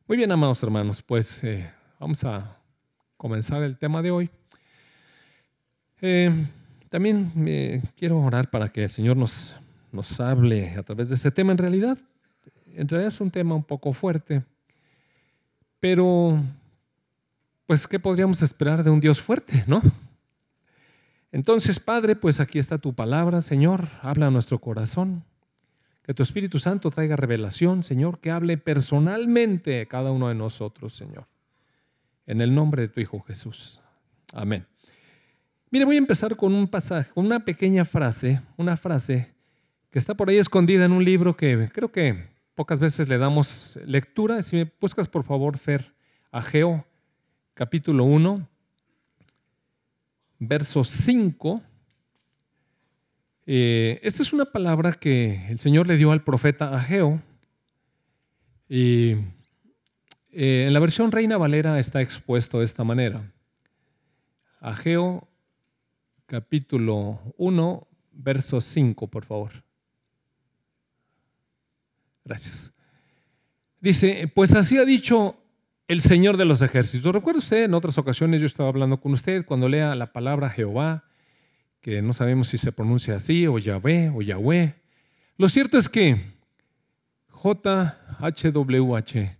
Muy bien, amados hermanos, pues vamos a comenzar el tema de hoy. También quiero orar para que el Señor nos hable a través de este tema. En realidad es un tema un poco fuerte, pero pues ¿qué podríamos esperar de un Dios fuerte, no? Entonces, Padre, pues aquí está tu palabra, Señor, habla a nuestro corazón. Que tu Espíritu Santo traiga revelación, Señor, que hable personalmente a cada uno de nosotros, Señor. En el nombre de tu Hijo Jesús. Amén. Mire, voy a empezar con un pasaje, una pequeña frase, una frase que está por ahí escondida en un libro que creo que pocas veces le damos lectura. Si me buscas, por favor, Fer, Ageo, capítulo 1, verso 5. Esta es una palabra que el Señor le dio al profeta Ageo. Y en la versión Reina Valera está expuesto de esta manera. Ageo, capítulo 1, verso 5, por favor. Gracias. Dice, pues así ha dicho el Señor de los ejércitos. ¿Recuerda usted? En otras ocasiones yo estaba hablando con usted cuando lea la palabra Jehová, que no sabemos si se pronuncia así, o Yahvé, o Yahweh. Lo cierto es que JHWH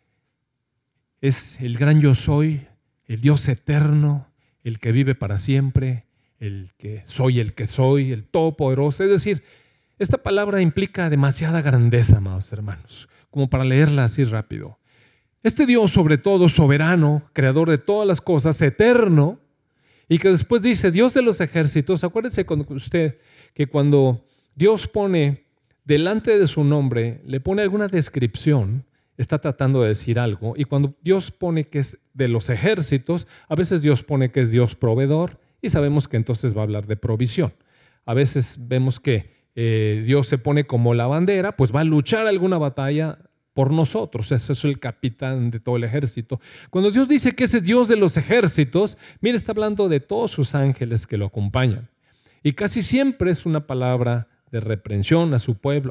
es el gran yo soy, el Dios eterno, el que vive para siempre, el que soy, el todopoderoso. Es decir, esta palabra implica demasiada grandeza, amados hermanos, como para leerla así rápido. Este Dios, sobre todo, soberano, creador de todas las cosas, eterno, y que después dice, Dios de los ejércitos. Acuérdese con usted que cuando Dios pone delante de su nombre, le pone alguna descripción, está tratando de decir algo. Y cuando Dios pone que es de los ejércitos, a veces Dios pone que es Dios proveedor y sabemos que entonces va a hablar de provisión. A veces vemos que Dios se pone como la bandera, pues va a luchar alguna batalla por nosotros. Ese es el capitán de todo el ejército. Cuando Dios dice que ese Dios de los ejércitos, mire, está hablando de todos sus ángeles que lo acompañan. Y casi siempre es una palabra de reprensión a su pueblo,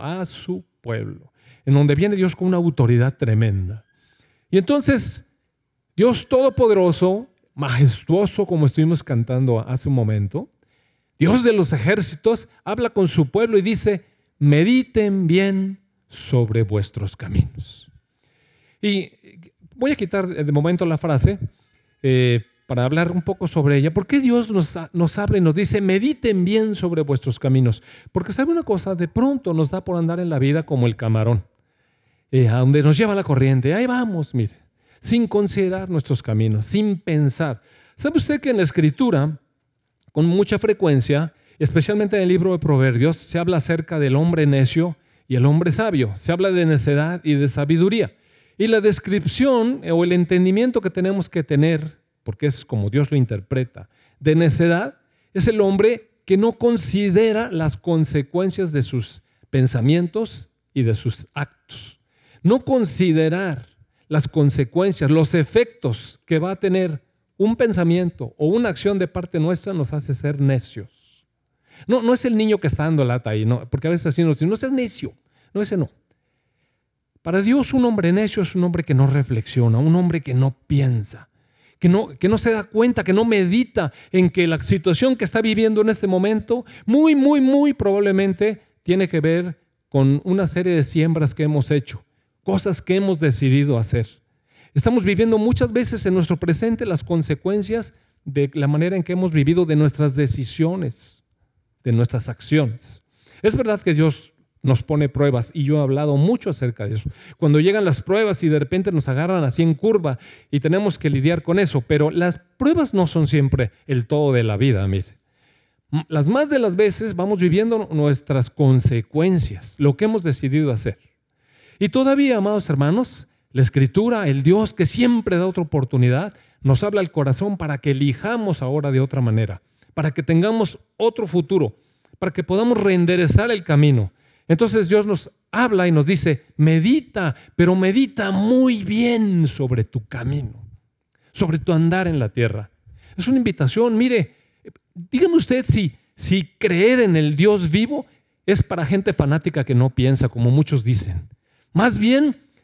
en donde viene Dios con una autoridad tremenda. Y entonces, Dios todopoderoso, majestuoso, como estuvimos cantando hace un momento, Dios de los ejércitos, habla con su pueblo y dice, mediten bien sobre vuestros caminos. Y voy a quitar de momento la frase para hablar un poco sobre ella. ¿Por qué Dios nos habla y nos dice mediten bien sobre vuestros caminos? Porque sabe una cosa, de pronto nos da por andar en la vida como el camarón, a donde nos lleva la corriente. Ahí vamos, mire, sin considerar nuestros caminos, sin pensar. ¿Sabe usted que en la Escritura, con mucha frecuencia, especialmente en el libro de Proverbios, se habla acerca del hombre necio y el hombre sabio? Se habla de necedad y de sabiduría. Y la descripción o el entendimiento que tenemos que tener, porque es como Dios lo interpreta, de necedad, es el hombre que no considera las consecuencias de sus pensamientos y de sus actos. No considerar las consecuencias, los efectos que va a tener un pensamiento o una acción de parte nuestra nos hace ser necios. No es el niño que está dando lata ahí, no, porque a veces así nos dicen, no seas necio. No, ese no. Para Dios un hombre necio es un hombre que no reflexiona, un hombre que no piensa, que no se da cuenta, que no medita en que la situación que está viviendo en este momento muy probablemente tiene que ver con una serie de siembras que hemos hecho, cosas que hemos decidido hacer. Estamos viviendo muchas veces en nuestro presente las consecuencias de la manera en que hemos vivido, de nuestras decisiones, de nuestras acciones. Es verdad que Dios nos pone pruebas y yo he hablado mucho acerca de eso. Cuando llegan las pruebas y de repente nos agarran así en curva y tenemos que lidiar con eso, pero las pruebas no son siempre el todo de la vida, mire. Las más de las veces vamos viviendo nuestras consecuencias, lo que hemos decidido hacer. Y todavía, amados hermanos, la Escritura, el Dios que siempre da otra oportunidad, nos habla al corazón para que elijamos ahora de otra manera, para que tengamos otro futuro, para que podamos reenderezar el camino. Entonces Dios nos habla y nos dice, medita, pero medita muy bien sobre tu camino, sobre tu andar en la tierra. Es una invitación. Mire, dígame usted si creer en el Dios vivo es para gente fanática que no piensa, como muchos dicen. Más bien,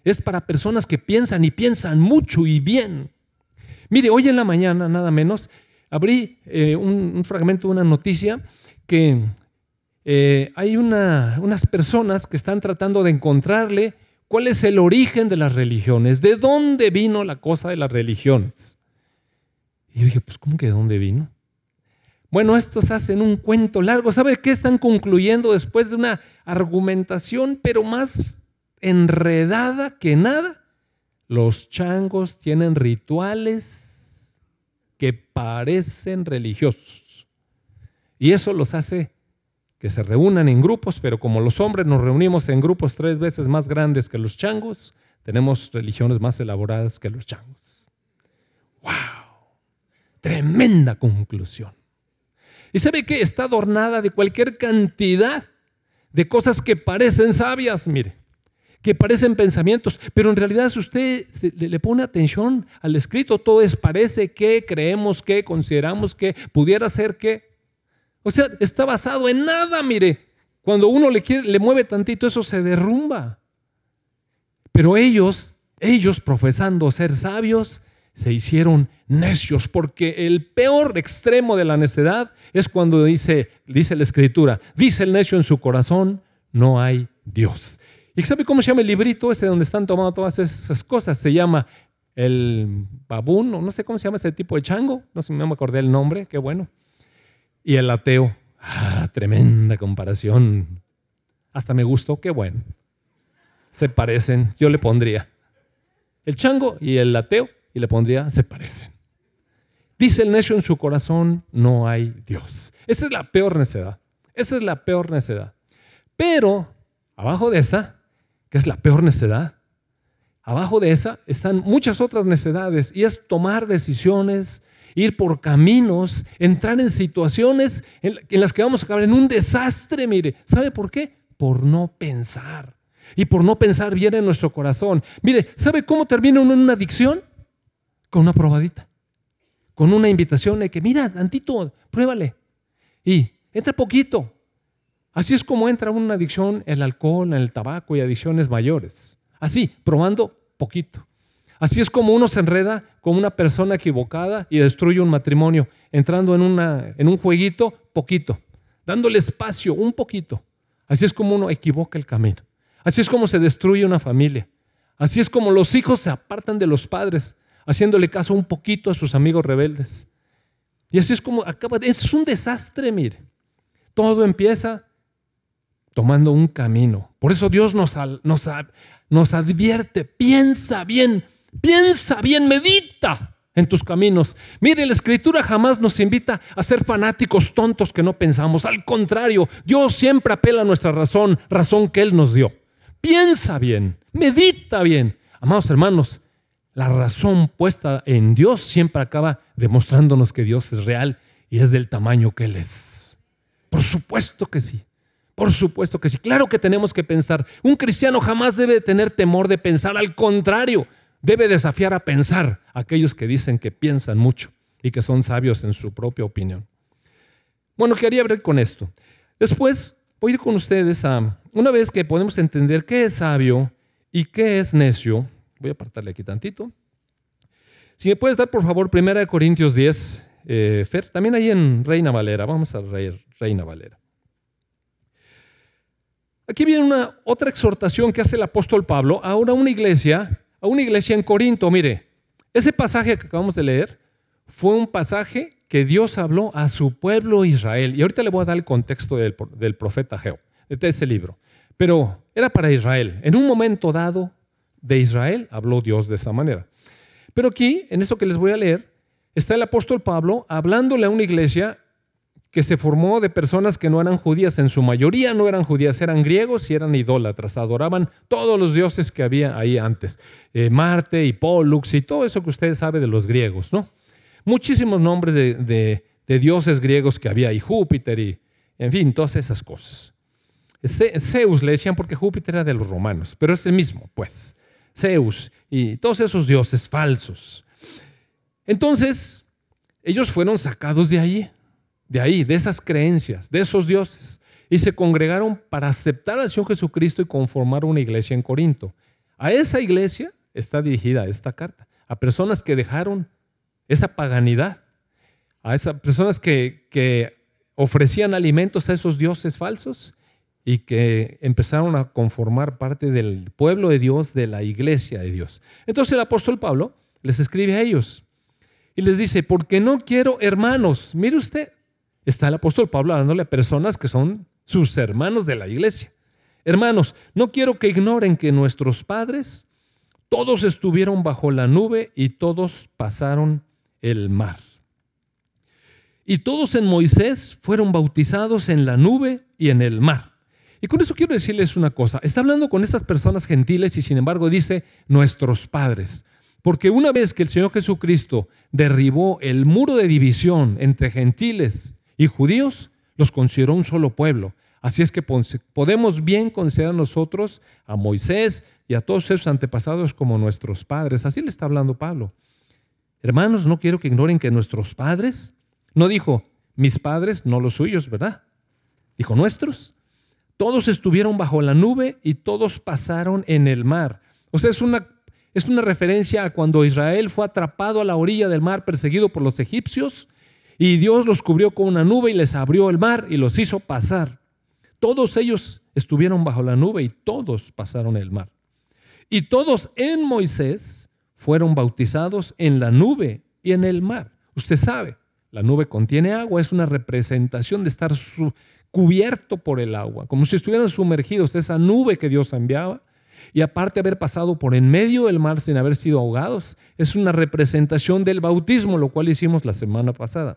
es para personas que piensan y piensan mucho y bien. Mire, hoy en la mañana, nada menos, abrí un fragmento de una noticia que hay unas personas que están tratando de encontrarle cuál es el origen de las religiones, de dónde vino la cosa de las religiones. Y yo dije, pues ¿cómo que de dónde vino? Bueno, estos hacen un cuento largo. ¿Sabe qué están concluyendo después de una argumentación, pero más enredada que nada? Los changos tienen rituales que parecen religiosos. Y eso los hace que se reúnan en grupos, pero como los hombres nos reunimos en grupos 3 veces más grandes que los changos, tenemos religiones más elaboradas que los changos. ¡Wow! Tremenda conclusión. ¿Y sabe qué? Está adornada de cualquier cantidad de cosas que parecen sabias, mire, que parecen pensamientos, pero en realidad si usted le pone atención al escrito, todo es parece que, creemos que, consideramos que, pudiera ser que. O sea, está basado en nada, mire. Cuando uno le mueve tantito, eso se derrumba. Pero ellos profesando ser sabios, se hicieron necios, porque el peor extremo de la necedad es cuando dice la Escritura, dice el necio en su corazón, no hay Dios. ¿Y sabe cómo se llama el librito ese donde están tomando todas esas cosas? Se llama el babún, o no sé cómo se llama ese tipo de chango, no sé si me acordé el nombre, qué bueno. Y el ateo, tremenda comparación, hasta me gustó, qué bueno. Se parecen, yo le pondría el chango y el ateo, y le pondría, se parecen. Dice el necio en su corazón, no hay Dios. Esa es la peor necedad. Esa es la peor necedad. Pero abajo de esa, que es la peor necedad, abajo de esa están muchas otras necedades, y es tomar decisiones, ir por caminos, entrar en situaciones en las que vamos a acabar en un desastre, mire. ¿Sabe por qué? Por no pensar. Y por no pensar bien en nuestro corazón. Mire, ¿sabe cómo termina uno en una adicción? Con una probadita, con una invitación de que mira, tantito, pruébale. Y entra poquito. Así es como entra una adicción, el alcohol, el tabaco y adicciones mayores. Así, probando poquito. Así es como uno se enreda con una persona equivocada y destruye un matrimonio, entrando en un jueguito poquito, dándole espacio un poquito. Así es como uno equivoca el camino. Así es como se destruye una familia. Así es como los hijos se apartan de los padres, haciéndole caso un poquito a sus amigos rebeldes. Y así es como acaba. Es un desastre, mire. Todo empieza tomando un camino. Por eso Dios nos advierte, piensa bien, medita en tus caminos. Mire, la Escritura jamás nos invita a ser fanáticos tontos que no pensamos. Al contrario, Dios siempre apela a nuestra razón que Él nos dio. Piensa bien, medita bien. Amados hermanos, la razón puesta en Dios siempre acaba demostrándonos que Dios es real y es del tamaño que Él es. Por supuesto que sí. Por supuesto que sí. Claro que tenemos que pensar. Un cristiano jamás debe tener temor de pensar. Al contrario, debe desafiar a pensar a aquellos que dicen que piensan mucho y que son sabios en su propia opinión. Bueno, quería ver con esto. Después voy a ir con ustedes una vez que podemos entender qué es sabio y qué es necio. Voy a apartarle aquí tantito. Si me puedes dar, por favor, 1 Corintios 10, Fer, también ahí en Reina Valera. Vamos a leer Reina Valera. Aquí viene otra exhortación que hace el apóstol Pablo a una iglesia en Corinto. Mire, ese pasaje que acabamos de leer fue un pasaje que Dios habló a su pueblo Israel. Y ahorita le voy a dar el contexto del profeta Ageo, de ese libro. Pero era para Israel. En un momento dado de Israel habló Dios de esa manera. Pero aquí, en esto que les voy a leer, está el apóstol Pablo hablándole a una iglesia que se formó de personas que no eran judías. En su mayoría no eran judías, eran griegos y eran idólatras. Adoraban todos los dioses que había ahí antes. Marte y Pólux y todo eso que usted sabe de los griegos, ¿no? Muchísimos nombres de dioses griegos que había ahí. Júpiter y, en fin, todas esas cosas. Zeus le decían porque Júpiter era de los romanos, pero es el mismo, pues. Zeus y todos esos dioses falsos. Entonces, ellos fueron sacados de esas creencias, de esos dioses, y se congregaron para aceptar al Señor Jesucristo y conformar una iglesia en Corinto. A esa iglesia está dirigida esta carta, a personas que dejaron esa paganidad, a esas personas que ofrecían alimentos a esos dioses falsos y que empezaron a conformar parte del pueblo de Dios, de la iglesia de Dios. Entonces el apóstol Pablo les escribe a ellos y les dice, porque no quiero hermanos. Mire usted, está el apóstol Pablo hablándole a personas que son sus hermanos de la iglesia. Hermanos, no quiero que ignoren que nuestros padres todos estuvieron bajo la nube y todos pasaron el mar. Y todos en Moisés fueron bautizados en la nube y en el mar. Y con eso quiero decirles una cosa. Está hablando con estas personas gentiles y sin embargo dice nuestros padres. Porque una vez que el Señor Jesucristo derribó el muro de división entre gentiles y judíos, los consideró un solo pueblo. Así es que podemos bien considerar nosotros a Moisés y a todos esos antepasados como nuestros padres. Así le está hablando Pablo. Hermanos, no quiero que ignoren que nuestros padres, no dijo mis padres, no los suyos, ¿verdad? Dijo nuestros. Todos estuvieron bajo la nube y todos pasaron en el mar. O sea, es una referencia a cuando Israel fue atrapado a la orilla del mar, perseguido por los egipcios, y Dios los cubrió con una nube y les abrió el mar y los hizo pasar. Todos ellos estuvieron bajo la nube y todos pasaron el mar. Y todos en Moisés fueron bautizados en la nube y en el mar. Usted sabe, la nube contiene agua, es una representación de estar cubierto por el agua, como si estuvieran sumergidos, esa nube que Dios enviaba. Y aparte de haber pasado por en medio del mar sin haber sido ahogados, es una representación del bautismo, lo cual hicimos la semana pasada.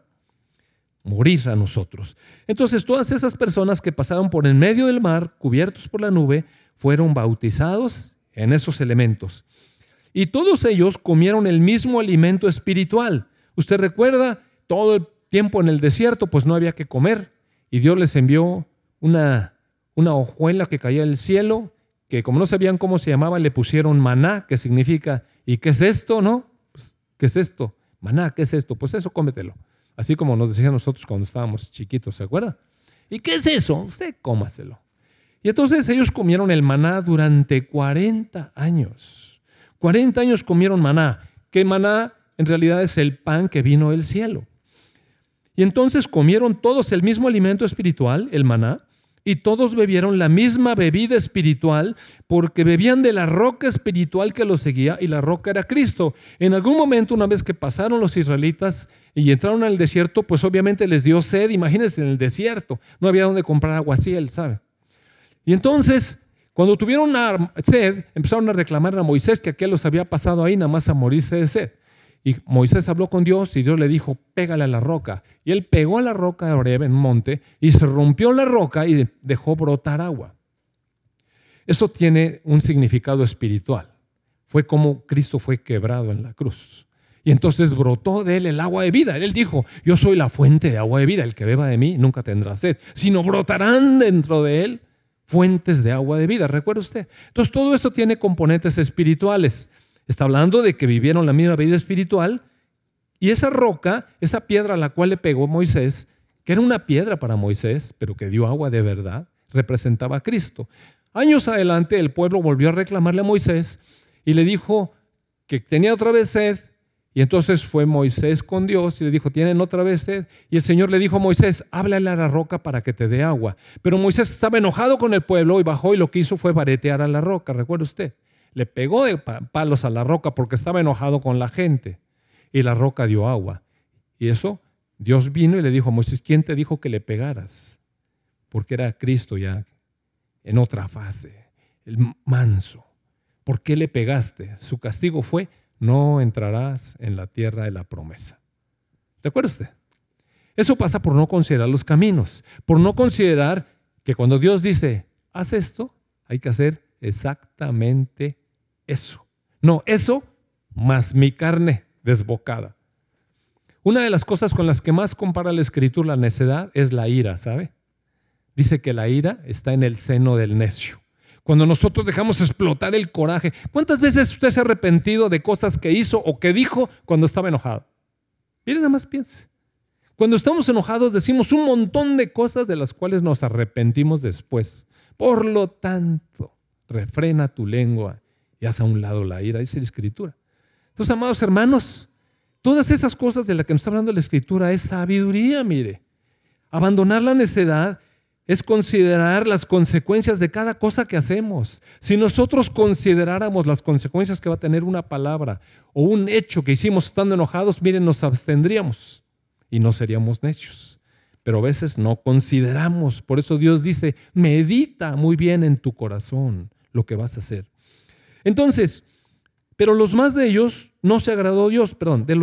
Morir a nosotros. Entonces todas esas personas que pasaron por en medio del mar, cubiertos por la nube, fueron bautizados en esos elementos. Y todos ellos comieron el mismo alimento espiritual. Usted recuerda, todo el tiempo en el desierto, pues no había que comer. Y Dios les envió una hojuela que caía del cielo, que como no sabían cómo se llamaba, le pusieron maná, que significa, ¿y qué es esto? ¿No? Pues, ¿qué es esto? Maná, ¿qué es esto? Pues eso, cómetelo. Así como nos decían nosotros cuando estábamos chiquitos, ¿se acuerda? ¿Y qué es eso? Usted cómaselo. Y entonces ellos comieron el maná durante 40 años. 40 años comieron maná. ¿Qué maná? En realidad es el pan que vino del cielo. Y entonces comieron todos el mismo alimento espiritual, el maná, y todos bebieron la misma bebida espiritual porque bebían de la roca espiritual que los seguía y la roca era Cristo. En algún momento, una vez que pasaron los israelitas y entraron al desierto, pues obviamente les dio sed. Imagínense en el desierto, no había donde comprar aguaciel, ¿sabe? Y entonces, cuando tuvieron sed, empezaron a reclamar a Moisés que aquel los había pasado ahí nada más a morirse de sed. Y Moisés habló con Dios y Dios le dijo, pégale a la roca. Y él pegó a la roca de Horeb en un monte y se rompió la roca y dejó brotar agua. Eso tiene un significado espiritual. Fue como Cristo fue quebrado en la cruz. Y entonces brotó de él el agua de vida. Él dijo, yo soy la fuente de agua de vida. El que beba de mí nunca tendrá sed, sino brotarán dentro de él fuentes de agua de vida. ¿Recuerda usted? Entonces todo esto tiene componentes espirituales. Está hablando de que vivieron la misma vida espiritual y esa roca, esa piedra a la cual le pegó Moisés, que era una piedra para Moisés, pero que dio agua de verdad, representaba a Cristo. Años adelante el pueblo volvió a reclamarle a Moisés y le dijo que tenía otra vez sed y entonces fue Moisés con Dios y le dijo, ¿tienen otra vez sed? Y el Señor le dijo a Moisés, háblale a la roca para que te dé agua. Pero Moisés estaba enojado con el pueblo y bajó y lo que hizo fue varetear a la roca, ¿recuerda usted? Le pegó de palos a la roca porque estaba enojado con la gente. Y la roca dio agua. Y eso, Dios vino y le dijo a Moisés, ¿quién te dijo que le pegaras? Porque era Cristo ya en otra fase, el manso. ¿Por qué le pegaste? Su castigo fue, no entrarás en la tierra de la promesa. ¿Te acuerda usted? Eso pasa por no considerar los caminos, por no considerar que cuando Dios dice, haz esto, hay que hacer exactamente eso. No, eso más mi carne desbocada. Una de las cosas con las que más compara la Escritura la necedad es la ira, ¿sabe? Dice que la ira está en el seno del necio. Cuando nosotros dejamos explotar el coraje. ¿Cuántas veces usted se ha arrepentido de cosas que hizo o que dijo cuando estaba enojado? Mire, nada más piense. Cuando estamos enojados decimos un montón de cosas de las cuales nos arrepentimos después. Por lo tanto, refrena tu lengua y haz a un lado la ira, dice la Escritura. Entonces, amados hermanos, todas esas cosas de las que nos está hablando la Escritura es sabiduría, mire. Abandonar la necedad es considerar las consecuencias de cada cosa que hacemos. Si nosotros consideráramos las consecuencias que va a tener una palabra o un hecho que hicimos estando enojados, miren, nos abstendríamos y no seríamos necios. Pero a veces no consideramos. Por eso Dios dice, medita muy bien en tu corazón lo que vas a hacer. Entonces, pero de los más de ellos no se agradó Dios,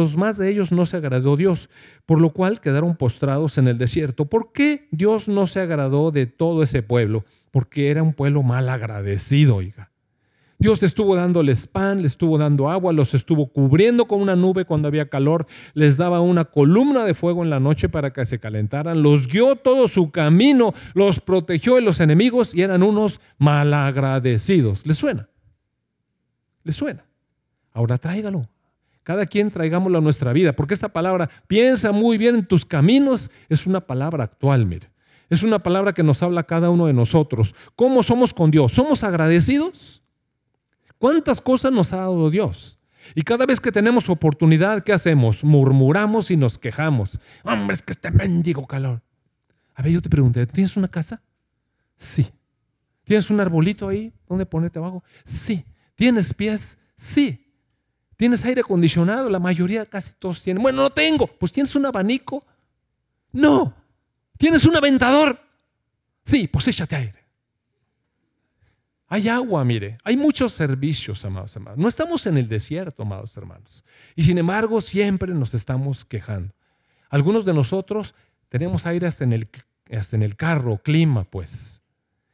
por lo cual quedaron postrados en el desierto. ¿Por qué Dios no se agradó de todo ese pueblo? Porque era un pueblo mal agradecido, oiga. Dios estuvo dándoles pan, les estuvo dando agua, los estuvo cubriendo con una nube cuando había calor, les daba una columna de fuego en la noche para que se calentaran, los guió todo su camino, los protegió de los enemigos y eran unos malagradecidos. ¿Les suena? ¿Les suena? Ahora tráigalo. Cada quien traigámoslo a nuestra vida, porque esta palabra, piensa muy bien en tus caminos, es una palabra actual, mire. Es una palabra que nos habla a cada uno de nosotros. ¿Cómo somos con Dios? ¿Somos agradecidos? ¿Cuántas cosas nos ha dado Dios? Y cada vez que tenemos oportunidad, ¿qué hacemos? Murmuramos y nos quejamos. Hombre, es que este mendigo calor. A ver, yo te pregunté, ¿tienes una casa? Sí. ¿Tienes un arbolito ahí donde ponerte abajo? Sí. ¿Tienes pies? Sí. ¿Tienes aire acondicionado? La mayoría, casi todos tienen. Bueno, no tengo. Pues ¿tienes un abanico? No. ¿Tienes un aventador? Sí, pues échate aire. Hay agua, mire. Hay muchos servicios, amados hermanos. No estamos en el desierto, amados hermanos. Y sin embargo, siempre nos estamos quejando. Algunos de nosotros tenemos aire hasta en el carro, clima, pues.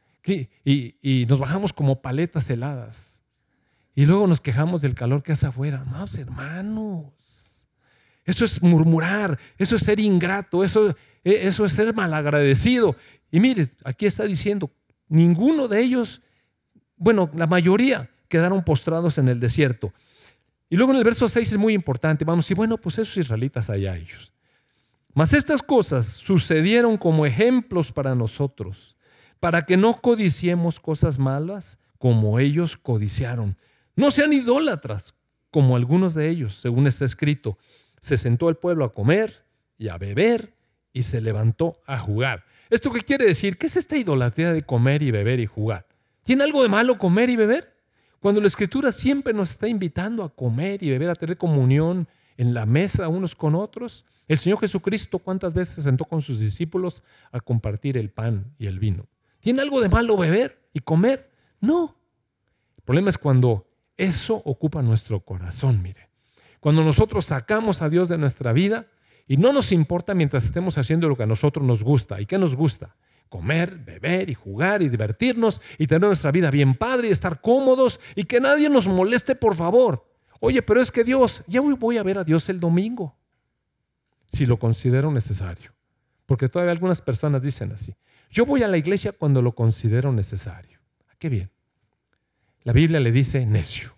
Y nos bajamos como paletas heladas. Y luego nos quejamos del calor que hace afuera. Amados hermanos, eso es murmurar, eso es ser ingrato, eso es ser malagradecido. Y mire, aquí está diciendo, ninguno de ellos, bueno, la mayoría quedaron postrados en el desierto. Y luego en el verso 6 es muy importante. Vamos a decir, bueno, pues esos israelitas allá ellos. Mas estas cosas sucedieron como ejemplos para nosotros, para que no codiciemos cosas malas como ellos codiciaron. No sean idólatras, como algunos de ellos, según está escrito. Se sentó el pueblo a comer y a beber y se levantó a jugar. ¿Esto qué quiere decir? ¿Qué es esta idolatría de comer y beber y jugar? ¿Tiene algo de malo comer y beber? Cuando la Escritura siempre nos está invitando a comer y beber, a tener comunión en la mesa unos con otros. El Señor Jesucristo, ¿cuántas veces se sentó con sus discípulos a compartir el pan y el vino? ¿Tiene algo de malo beber y comer? No. El problema es cuando eso ocupa nuestro corazón, mire. Cuando nosotros sacamos a Dios de nuestra vida y no nos importa mientras estemos haciendo lo que a nosotros nos gusta. ¿Y qué nos gusta? Comer, beber y jugar y divertirnos y tener nuestra vida bien padre y estar cómodos y que nadie nos moleste, por favor. Oye, pero es que Dios, ya voy a ver a Dios el domingo, si lo considero necesario. Porque todavía algunas personas dicen así. Yo voy a la iglesia cuando lo considero necesario. Qué bien. La Biblia le dice necio.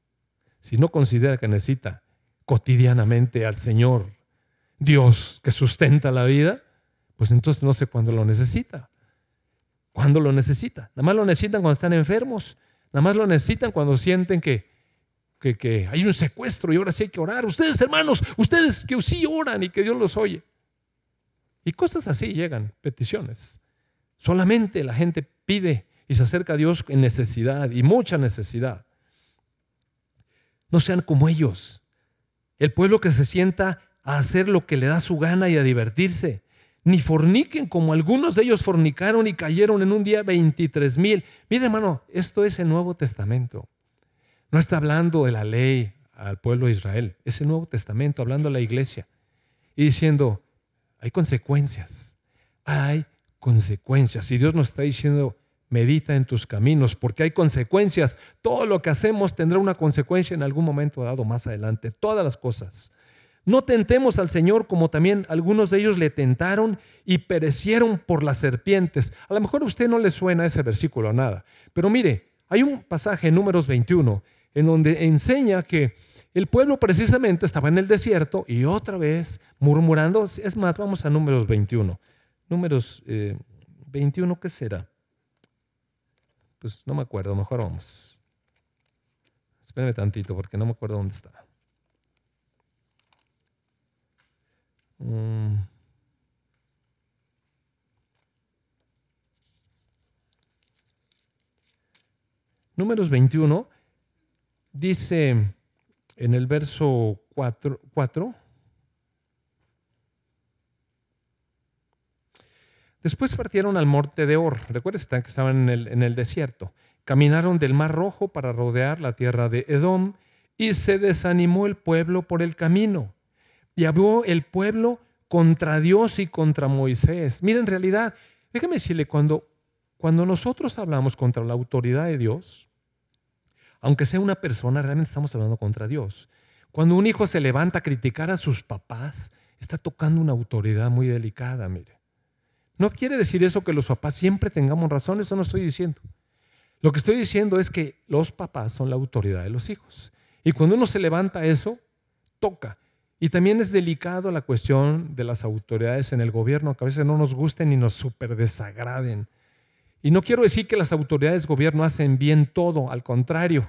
Si no considera que necesita cotidianamente al Señor, Dios que sustenta la vida, pues entonces no sé cuándo lo necesita. ¿Cuándo lo necesita? Nada más lo necesitan cuando están enfermos. Nada más lo necesitan cuando sienten que hay un secuestro y ahora sí hay que orar. Ustedes, hermanos, ustedes que sí oran y que Dios los oye. Y cosas así llegan, peticiones. Solamente la gente pide y se acerca a Dios en necesidad y mucha necesidad. No sean como ellos. El pueblo que se sienta a hacer lo que le da su gana y a divertirse. Ni forniquen como algunos de ellos fornicaron y cayeron en un día 23,000. Mire, hermano, esto es el Nuevo Testamento. No está hablando de la ley al pueblo de Israel. Es el Nuevo Testamento hablando a la iglesia y diciendo, hay consecuencias. Hay consecuencias. Y Dios nos está diciendo, medita en tus caminos, porque hay consecuencias. Todo lo que hacemos tendrá una consecuencia en algún momento dado más adelante. Todas las cosas. No tentemos al Señor como también algunos de ellos le tentaron y perecieron por las serpientes. A lo mejor a usted no le suena ese versículo nada, pero mire, hay un pasaje en Números 21 en donde enseña que el pueblo precisamente estaba en el desierto y otra vez murmurando. Es más, vamos a Números 21. Números 21, ¿qué será? Pues no me acuerdo, mejor vamos. Espérame tantito porque no me acuerdo dónde está. Números 21 dice en el verso 4. Después partieron al monte de Or. Recuerden que estaban en el desierto. Caminaron del Mar Rojo para rodear la tierra de Edom y se desanimó el pueblo por el camino. Y habló el pueblo contra Dios y contra Moisés. Mira, en realidad, déjeme decirle, cuando nosotros hablamos contra la autoridad de Dios, aunque sea una persona, realmente estamos hablando contra Dios. Cuando un hijo se levanta a criticar a sus papás, está tocando una autoridad muy delicada, mire. No quiere decir eso que los papás siempre tengamos razón, eso no estoy diciendo. Lo que estoy diciendo es que los papás son la autoridad de los hijos. Y cuando uno se levanta a eso, toca. Y también es delicado la cuestión de las autoridades en el gobierno, que a veces no nos gusten y nos súper desagraden. Y no quiero decir que las autoridades de gobierno hacen bien todo, al contrario,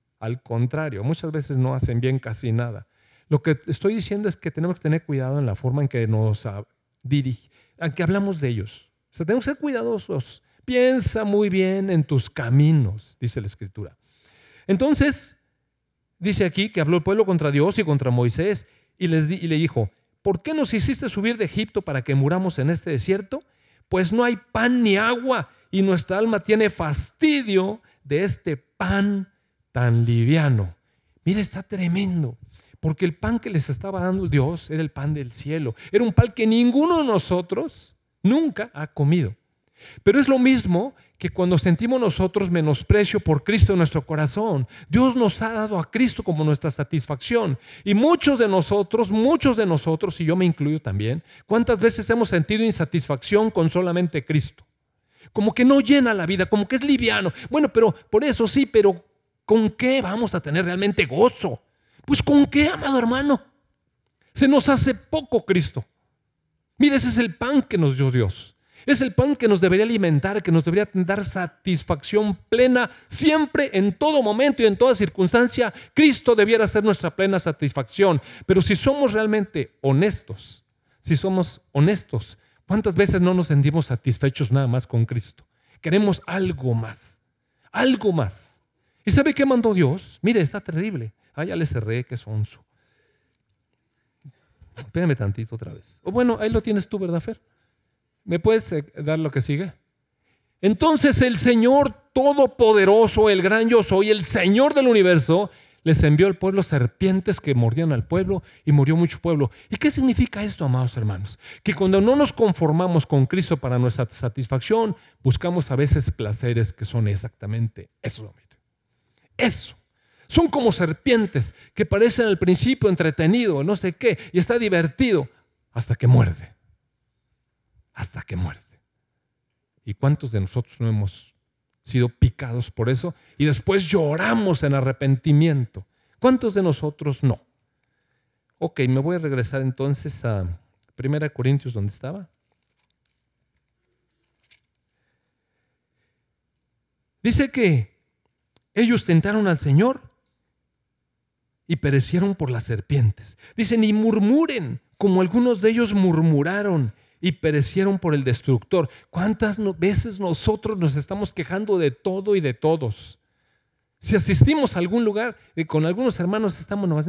muchas veces no hacen bien casi nada. Lo que estoy diciendo es que tenemos que tener cuidado en la forma en que nos dirigimos, aunque hablamos de ellos. O sea, tenemos que ser cuidadosos. Piensa muy bien en tus caminos, dice la Escritura. Entonces, dice aquí que habló el pueblo contra Dios y contra Moisés y le dijo, ¿por qué nos hiciste subir de Egipto para que muramos en este desierto? Pues no hay pan ni agua y nuestra alma tiene fastidio de este pan tan liviano. Mira, está tremendo. Porque el pan que les estaba dando Dios era el pan del cielo. Era un pan que ninguno de nosotros nunca ha comido. Pero es lo mismo que cuando sentimos nosotros menosprecio por Cristo en nuestro corazón. Dios nos ha dado a Cristo como nuestra satisfacción. Y muchos de nosotros, y yo me incluyo también, ¿cuántas veces hemos sentido insatisfacción con solamente Cristo? Como que no llena la vida, como que es liviano. Bueno, pero por eso sí, pero ¿con qué vamos a tener realmente gozo? Pues ¿con qué, amado hermano? Se nos hace poco Cristo. Mira, ese es el pan que nos dio Dios. Es el pan que nos debería alimentar, que nos debería dar satisfacción plena siempre, en todo momento y en toda circunstancia. Cristo debiera ser nuestra plena satisfacción. Pero si somos realmente honestos, ¿cuántas veces no nos sentimos satisfechos nada más con Cristo? Queremos algo más, algo más. ¿Y sabe qué mandó Dios? Mire, está terrible. Ya le cerré, qué sonso. Espérame tantito otra vez. Bueno, ahí lo tienes tú, ¿verdad, Fer? ¿Me puedes dar lo que sigue? Entonces el Señor Todopoderoso, el gran yo soy, el Señor del universo, les envió al pueblo serpientes que mordían al pueblo y murió mucho pueblo. ¿Y qué significa esto, amados hermanos? Que cuando no nos conformamos con Cristo para nuestra satisfacción, buscamos a veces placeres que son exactamente eso. Eso. Son como serpientes que parecen al principio entretenido, no sé qué, y está divertido hasta que muerde. Hasta que muerde. ¿Y cuántos de nosotros no hemos sido picados por eso y después lloramos en arrepentimiento? ¿Cuántos de nosotros no? Ok, me voy a regresar entonces a 1 Corintios, donde estaba. Dice que ellos tentaron al Señor y perecieron por las serpientes. Dicen, y murmuren, como algunos de ellos murmuraron y perecieron por el destructor. ¿Cuántas veces nosotros nos estamos quejando de todo y de todos? Si asistimos a algún lugar con algunos hermanos, estamos nomás,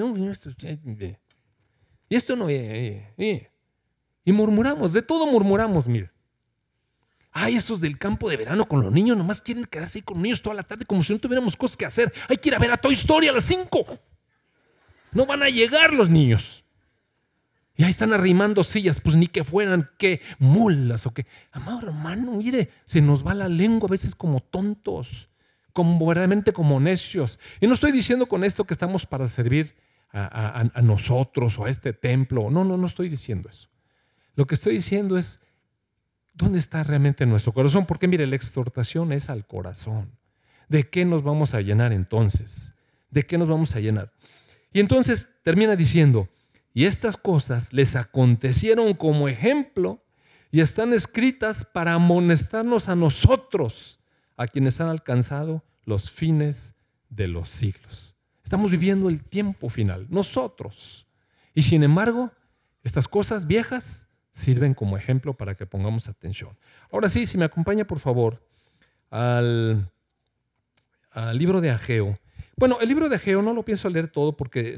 y esto no, y murmuramos, de todo murmuramos, mire. Ay, estos del campo de verano con los niños, nomás quieren quedarse ahí con los niños toda la tarde como si no tuviéramos cosas que hacer. Hay que ir a ver a Toy Story a las 5. No van a llegar los niños. Y ahí están arrimando sillas, pues ni que fueran qué mulas o qué. Amado hermano, mire, se nos va la lengua a veces como tontos, como verdaderamente como necios. Y no estoy diciendo con esto que estamos para servir a nosotros o a este templo. No estoy diciendo eso. Lo que estoy diciendo es, ¿dónde está realmente nuestro corazón? Porque mire, la exhortación es al corazón. ¿De qué nos vamos a llenar entonces? ¿De qué nos vamos a llenar? Y entonces termina diciendo, y estas cosas les acontecieron como ejemplo y están escritas para amonestarnos a nosotros, a quienes han alcanzado los fines de los siglos. Estamos viviendo el tiempo final, nosotros. Y sin embargo, estas cosas viejas sirven como ejemplo para que pongamos atención. Ahora sí, si me acompaña por favor al libro de Ageo. Bueno, el libro de Ageo no lo pienso leer todo porque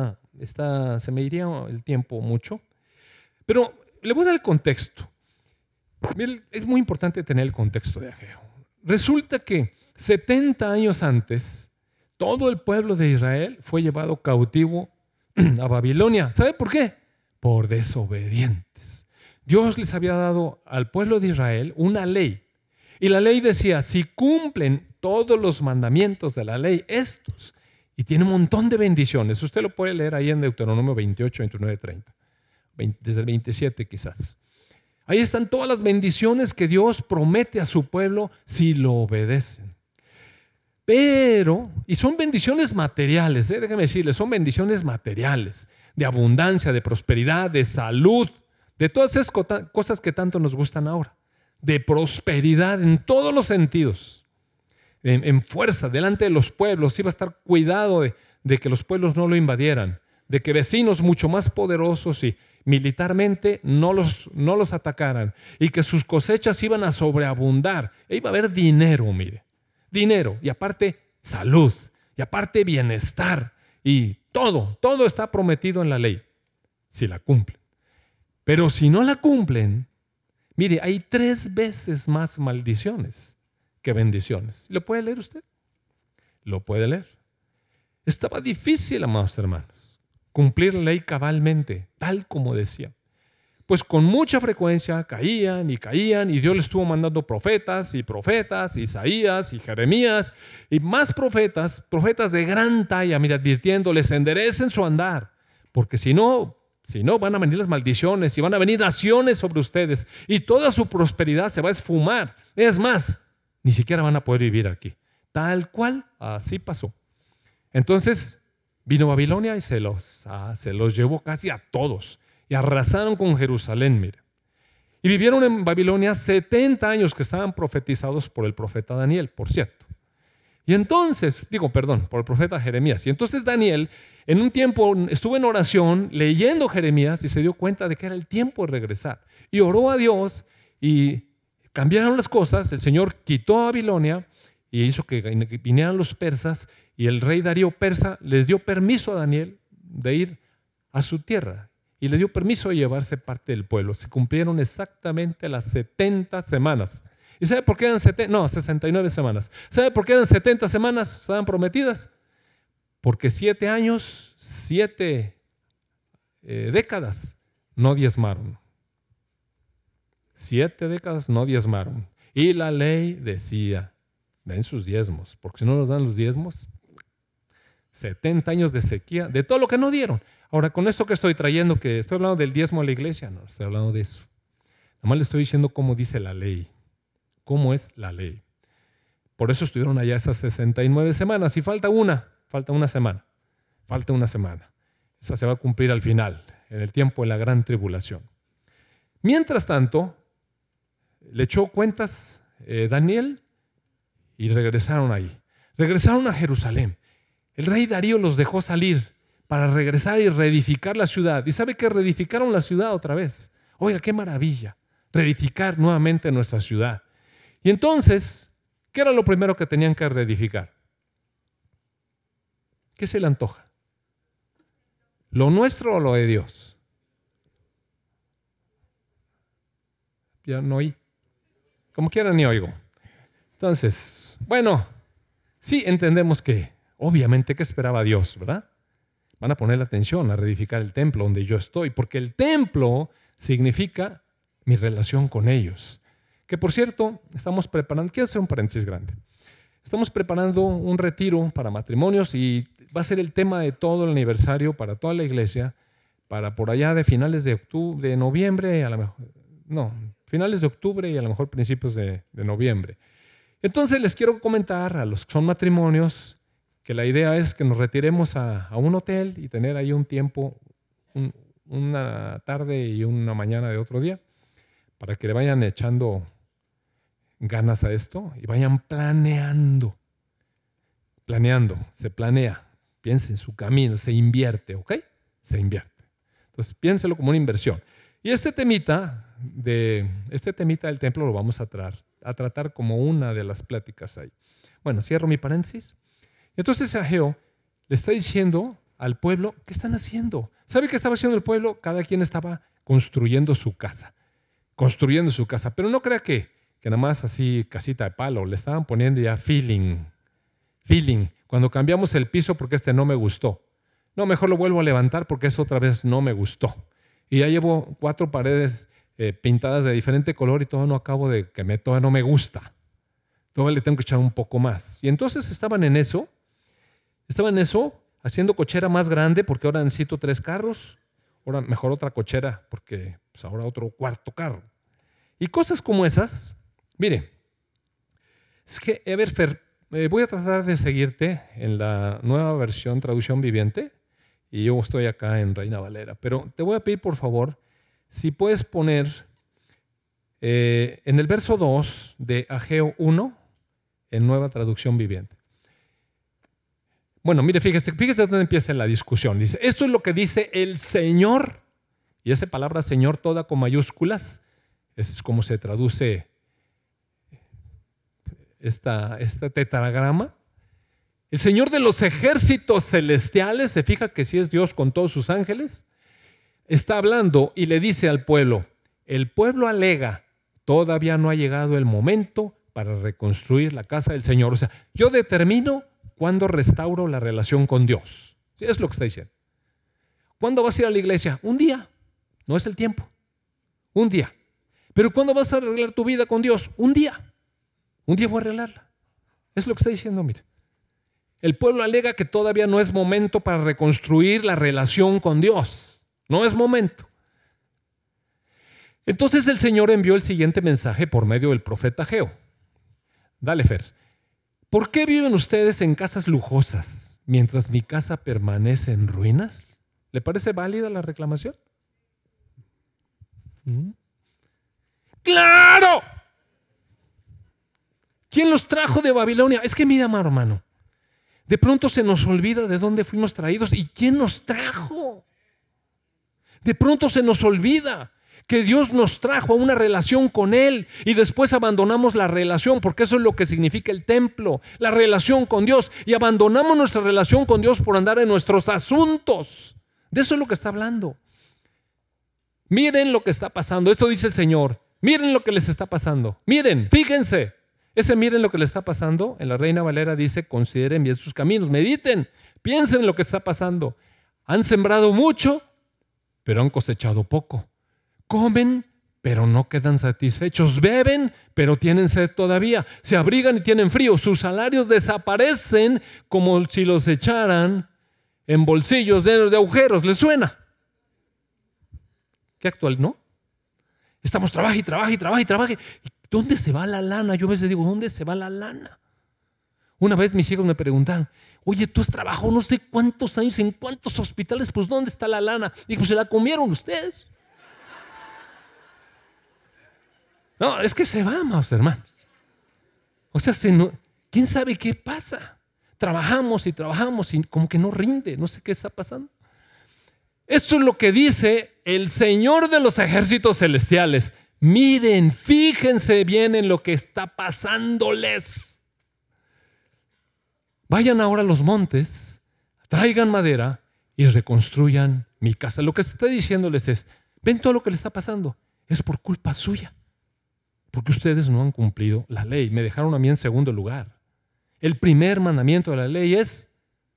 se me iría el tiempo mucho, pero le voy a dar el contexto. Es muy importante tener el contexto de Ageo. Resulta que 70 años antes, todo el pueblo de Israel fue llevado cautivo a Babilonia. ¿Sabe por qué? Por desobedientes. Dios les había dado al pueblo de Israel una ley. Y la ley decía, si cumplen todos los mandamientos de la ley, estos, y tiene un montón de bendiciones. Usted lo puede leer ahí en Deuteronomio 28, 29, 30. Desde el 27 quizás. Ahí están todas las bendiciones que Dios promete a su pueblo si lo obedecen. Pero, y son bendiciones materiales, déjeme decirles, son bendiciones materiales, de abundancia, de prosperidad, de salud, de todas esas cosas que tanto nos gustan ahora, de prosperidad en todos los sentidos, en fuerza, delante de los pueblos, iba a estar cuidado de que los pueblos no lo invadieran, de que vecinos mucho más poderosos y militarmente no los atacaran, y que sus cosechas iban a sobreabundar, e iba a haber dinero, mire. Dinero y aparte salud y aparte bienestar y todo está prometido en la ley si la cumplen. Pero si no la cumplen, mire, hay 3 veces más maldiciones que bendiciones. ¿Lo puede leer usted? Lo puede leer. Estaba difícil, amados hermanos, cumplir la ley cabalmente, tal como decía. Pues con mucha frecuencia caían y Dios les estuvo mandando profetas, Isaías y Jeremías y más profetas de gran talla, mira, advirtiéndoles, enderecen su andar, porque si no van a venir las maldiciones y van a venir naciones sobre ustedes y toda su prosperidad se va a esfumar. Es más, ni siquiera van a poder vivir aquí. Tal cual, así pasó. Entonces vino Babilonia y se los llevó casi a todos. Y arrasaron con Jerusalén, mire. Y vivieron en Babilonia 70 años que estaban profetizados por el profeta Daniel, por cierto. Y entonces, por el profeta Jeremías. Y entonces Daniel, en un tiempo, estuvo en oración leyendo Jeremías y se dio cuenta de que era el tiempo de regresar. Y oró a Dios y cambiaron las cosas. El Señor quitó a Babilonia y hizo que vinieran los persas. Y el rey Darío persa les dio permiso a Daniel de ir a su tierra. Y le dio permiso de llevarse parte del pueblo. Se cumplieron exactamente las 70 semanas. ¿Y sabe por qué eran 69 semanas? ¿Sabe por qué eran 70 semanas? ¿Estaban prometidas? Porque 7 años, 7 décadas no diezmaron. 7 décadas no diezmaron. Y la ley decía, den sus diezmos, porque si no nos dan los diezmos, 70 años de sequía, de todo lo que no dieron. Ahora, con esto que estoy trayendo, que estoy hablando del diezmo a la iglesia, no estoy hablando de eso. Nada más le estoy diciendo cómo dice la ley, cómo es la ley. Por eso estuvieron allá esas 69 semanas y falta una semana. Esa se va a cumplir al final, en el tiempo de la gran tribulación. Mientras tanto, le echó cuentas Daniel y regresaron ahí. Regresaron a Jerusalén. El rey Darío los dejó salir para regresar y reedificar la ciudad. ¿Y sabe que reedificaron la ciudad otra vez? Oiga, qué maravilla, reedificar nuevamente nuestra ciudad. Y entonces, ¿qué era lo primero que tenían que reedificar? ¿Qué se le antoja? ¿Lo nuestro o lo de Dios? Ya no oí. Como quieran ni oigo. Entonces, bueno, sí entendemos que, obviamente, ¿qué esperaba Dios, verdad? Van a poner la atención a reedificar el templo donde yo estoy, porque el templo significa mi relación con ellos. Que por cierto, estamos preparando, quiero hacer un paréntesis grande. Estamos preparando un retiro para matrimonios y va a ser el tema de todo el aniversario para toda la iglesia, para por allá de finales de octubre, de noviembre, a lo mejor, finales de octubre y a lo mejor principios de noviembre. Entonces les quiero comentar a los que son matrimonios que la idea es que nos retiremos a un hotel y tener ahí un tiempo, una tarde y una mañana de otro día, para que le vayan echando ganas a esto y vayan planeando. Se planea piense en su camino, se invierte, ¿ok? Se invierte. Entonces piénselo como una inversión. Y este temita del templo lo vamos a tratar como una de las pláticas ahí. Bueno, cierro mi paréntesis. Entonces Ageo le está diciendo al pueblo, ¿qué están haciendo? ¿Sabe qué estaba haciendo el pueblo? Cada quien estaba construyendo su casa. Pero no crea que nada más así casita de palo, le estaban poniendo ya feeling. Cuando cambiamos el piso porque este no me gustó. No, mejor lo vuelvo a levantar porque eso otra vez no me gustó. Y ya llevo 4 paredes pintadas de diferente color y todavía no acabo de que todavía no me gusta. Todavía le tengo que echar un poco más. Y entonces estaban en eso, haciendo cochera más grande porque ahora necesito 3 carros. Ahora mejor otra cochera porque pues ahora otro cuarto carro. Y cosas como esas. Mire, es que, a ver, Fer, voy a tratar de seguirte en la nueva versión, traducción viviente, y yo estoy acá en Reina Valera, pero te voy a pedir, por favor, si puedes poner en el verso 2 de Ageo 1, en nueva traducción viviente. Bueno, mire, fíjese dónde empieza la discusión. Dice, esto es lo que dice el Señor, y esa palabra Señor toda con mayúsculas, es como se traduce este tetragrama. El Señor de los ejércitos celestiales, se fija que sí es Dios con todos sus ángeles, está hablando y le dice al pueblo, el pueblo alega, todavía no ha llegado el momento para reconstruir la casa del Señor. O sea, yo determino cuándo restauro la relación con Dios. Sí, es lo que está diciendo. ¿Cuándo vas a ir a la iglesia? Un día, no es el tiempo. Un día. Pero ¿cuándo vas a arreglar tu vida con Dios? Un día. Un día voy a arreglarla. Es lo que está diciendo, mire. El pueblo alega que todavía no es momento para reconstruir la relación con Dios. No es momento. Entonces el Señor envió el siguiente mensaje por medio del profeta Ageo. Dale, Fer. ¿Por qué viven ustedes en casas lujosas mientras mi casa permanece en ruinas? ¿Le parece válida la reclamación? ¡Claro! ¿Quién los trajo de Babilonia? Es que mira, hermano, de pronto se nos olvida de dónde fuimos traídos y quién nos trajo. De pronto se nos olvida que Dios nos trajo a una relación con Él y después abandonamos la relación, porque eso es lo que significa el templo, la relación con Dios, y abandonamos nuestra relación con Dios por andar en nuestros asuntos. De eso es lo que está hablando. Miren lo que está pasando. Esto dice el Señor. Miren lo que les está pasando. Miren, fíjense. Ese miren lo que les está pasando, en la Reina Valera dice, consideren bien sus caminos, mediten, piensen en lo que está pasando. Han sembrado mucho, pero han cosechado poco. Comen, pero no quedan satisfechos. Beben, pero tienen sed todavía. Se abrigan y tienen frío. Sus salarios desaparecen como si los echaran en bolsillos llenos de agujeros. ¿Les suena? Qué actual, ¿no? Estamos trabaje. ¿Dónde se va la lana? Yo a veces digo, ¿dónde se va la lana? Una vez mis hijos me preguntaron, oye, tú has trabajado no sé cuántos años en cuántos hospitales, pues ¿dónde está la lana? Digo, ¿se la comieron ustedes? No, es que se va, amados hermanos. O sea, ¿quién sabe qué pasa? Trabajamos y como que no rinde, no sé qué está pasando. Eso es lo que dice el Señor de los ejércitos celestiales. Miren, fíjense bien en lo que está pasándoles. Vayan ahora a los montes, traigan madera y reconstruyan mi casa. Lo que se está diciéndoles es, ven todo lo que les está pasando, es por culpa suya, porque ustedes no han cumplido la ley. Me dejaron a mí en segundo lugar. El primer mandamiento de la ley es,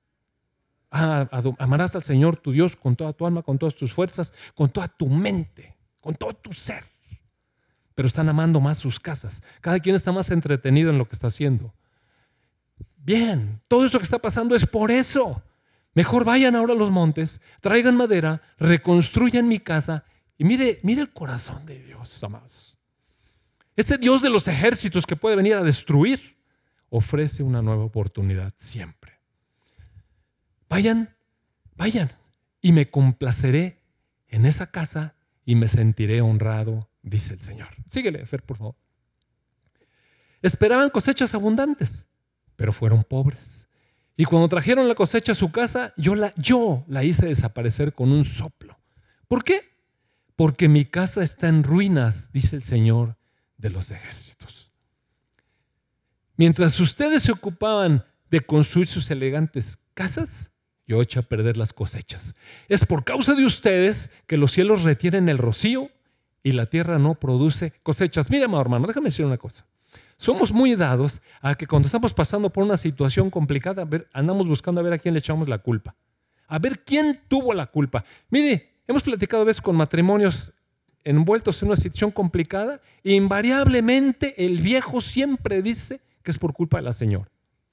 amarás al Señor tu Dios con toda tu alma, con todas tus fuerzas, con toda tu mente, con todo tu ser. Pero están amando más sus casas. Cada quien está más entretenido en lo que está haciendo. Bien, todo eso que está pasando es por eso. Mejor vayan ahora a los montes, traigan madera, reconstruyan mi casa y mire el corazón de Dios, amados. Ese Dios de los ejércitos que puede venir a destruir, ofrece una nueva oportunidad siempre. Vayan y me complaceré en esa casa y me sentiré honrado, dice el Señor. Síguele, Fer, por favor. Esperaban cosechas abundantes, pero fueron pobres. Y cuando trajeron la cosecha a su casa, yo la hice desaparecer con un soplo. ¿Por qué? Porque mi casa está en ruinas, dice el Señor de los ejércitos. Mientras ustedes se ocupaban de construir sus elegantes casas, yo eché a perder las cosechas. Es por causa de ustedes que los cielos retienen el rocío y la tierra no produce cosechas. Mira, amado hermano, déjame decir una cosa. Somos muy dados a que cuando estamos pasando por una situación complicada, andamos buscando a ver a quién le echamos la culpa. A ver quién tuvo la culpa. Mire, hemos platicado a veces con matrimonios envueltos en una situación complicada e invariablemente el viejo siempre dice que es por culpa de la señora.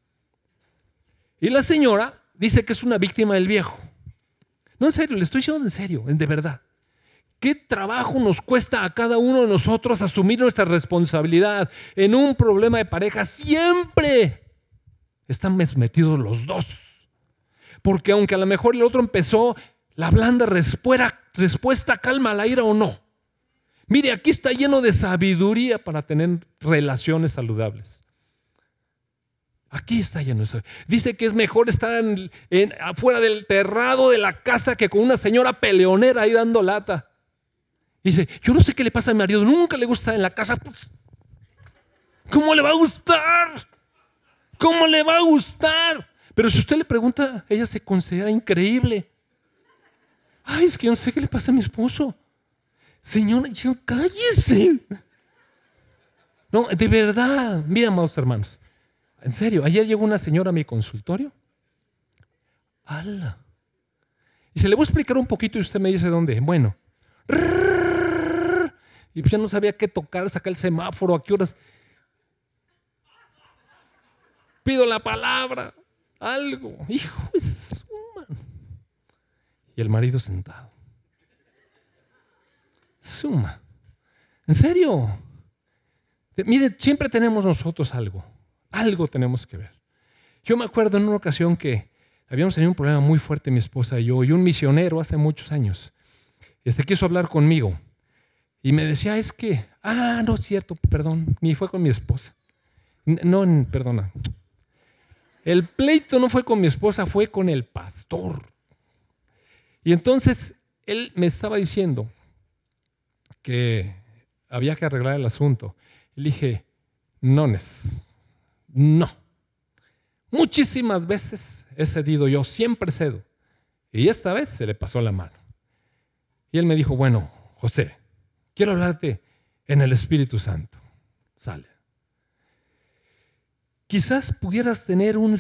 Y la señora dice que es una víctima del viejo. No, en serio, le estoy diciendo en serio, de verdad. ¿Qué trabajo nos cuesta a cada uno de nosotros asumir nuestra responsabilidad en un problema de pareja? Siempre están metidos los dos. Porque aunque a lo mejor el otro empezó, la blanda respuesta calma la ira o no. Mire, aquí está lleno de sabiduría para tener relaciones saludables. Aquí está lleno de sabiduría. Dice que es mejor estar afuera del terrado de la casa que con una señora peleonera ahí dando lata. Dice, yo no sé qué le pasa a mi marido, nunca le gusta en la casa. Pues, ¿cómo le va a gustar? ¿Cómo le va a gustar? Pero si usted le pregunta, ella se considera increíble. Ay, es que yo no sé qué le pasa a mi esposo. Señora, cállese. No, de verdad. Mira, amados hermanos. En serio, ayer llegó una señora a mi consultorio. ¡Hala! Y se le voy a explicar un poquito y usted me dice dónde. Bueno. Y pues ya no sabía qué tocar, sacar el semáforo, a qué horas. Pido la palabra, algo. Hijo de su madre. Y el marido sentado. Suma. En serio. Mire, siempre tenemos nosotros algo. Algo tenemos que ver. Yo me acuerdo en una ocasión que habíamos tenido un problema muy fuerte mi esposa y yo, y un misionero hace muchos años quiso hablar conmigo y me decía, es que, no es cierto, perdón, ni fue con mi esposa. No, perdona. El pleito no fue con mi esposa, fue con el pastor. Y entonces él me estaba diciendo que había que arreglar el asunto. Y le dije, no. Muchísimas veces he cedido yo, siempre cedo. Y esta vez se le pasó la mano. Y él me dijo, bueno, José, quiero hablarte en el Espíritu Santo. Sale. Quizás pudieras tener un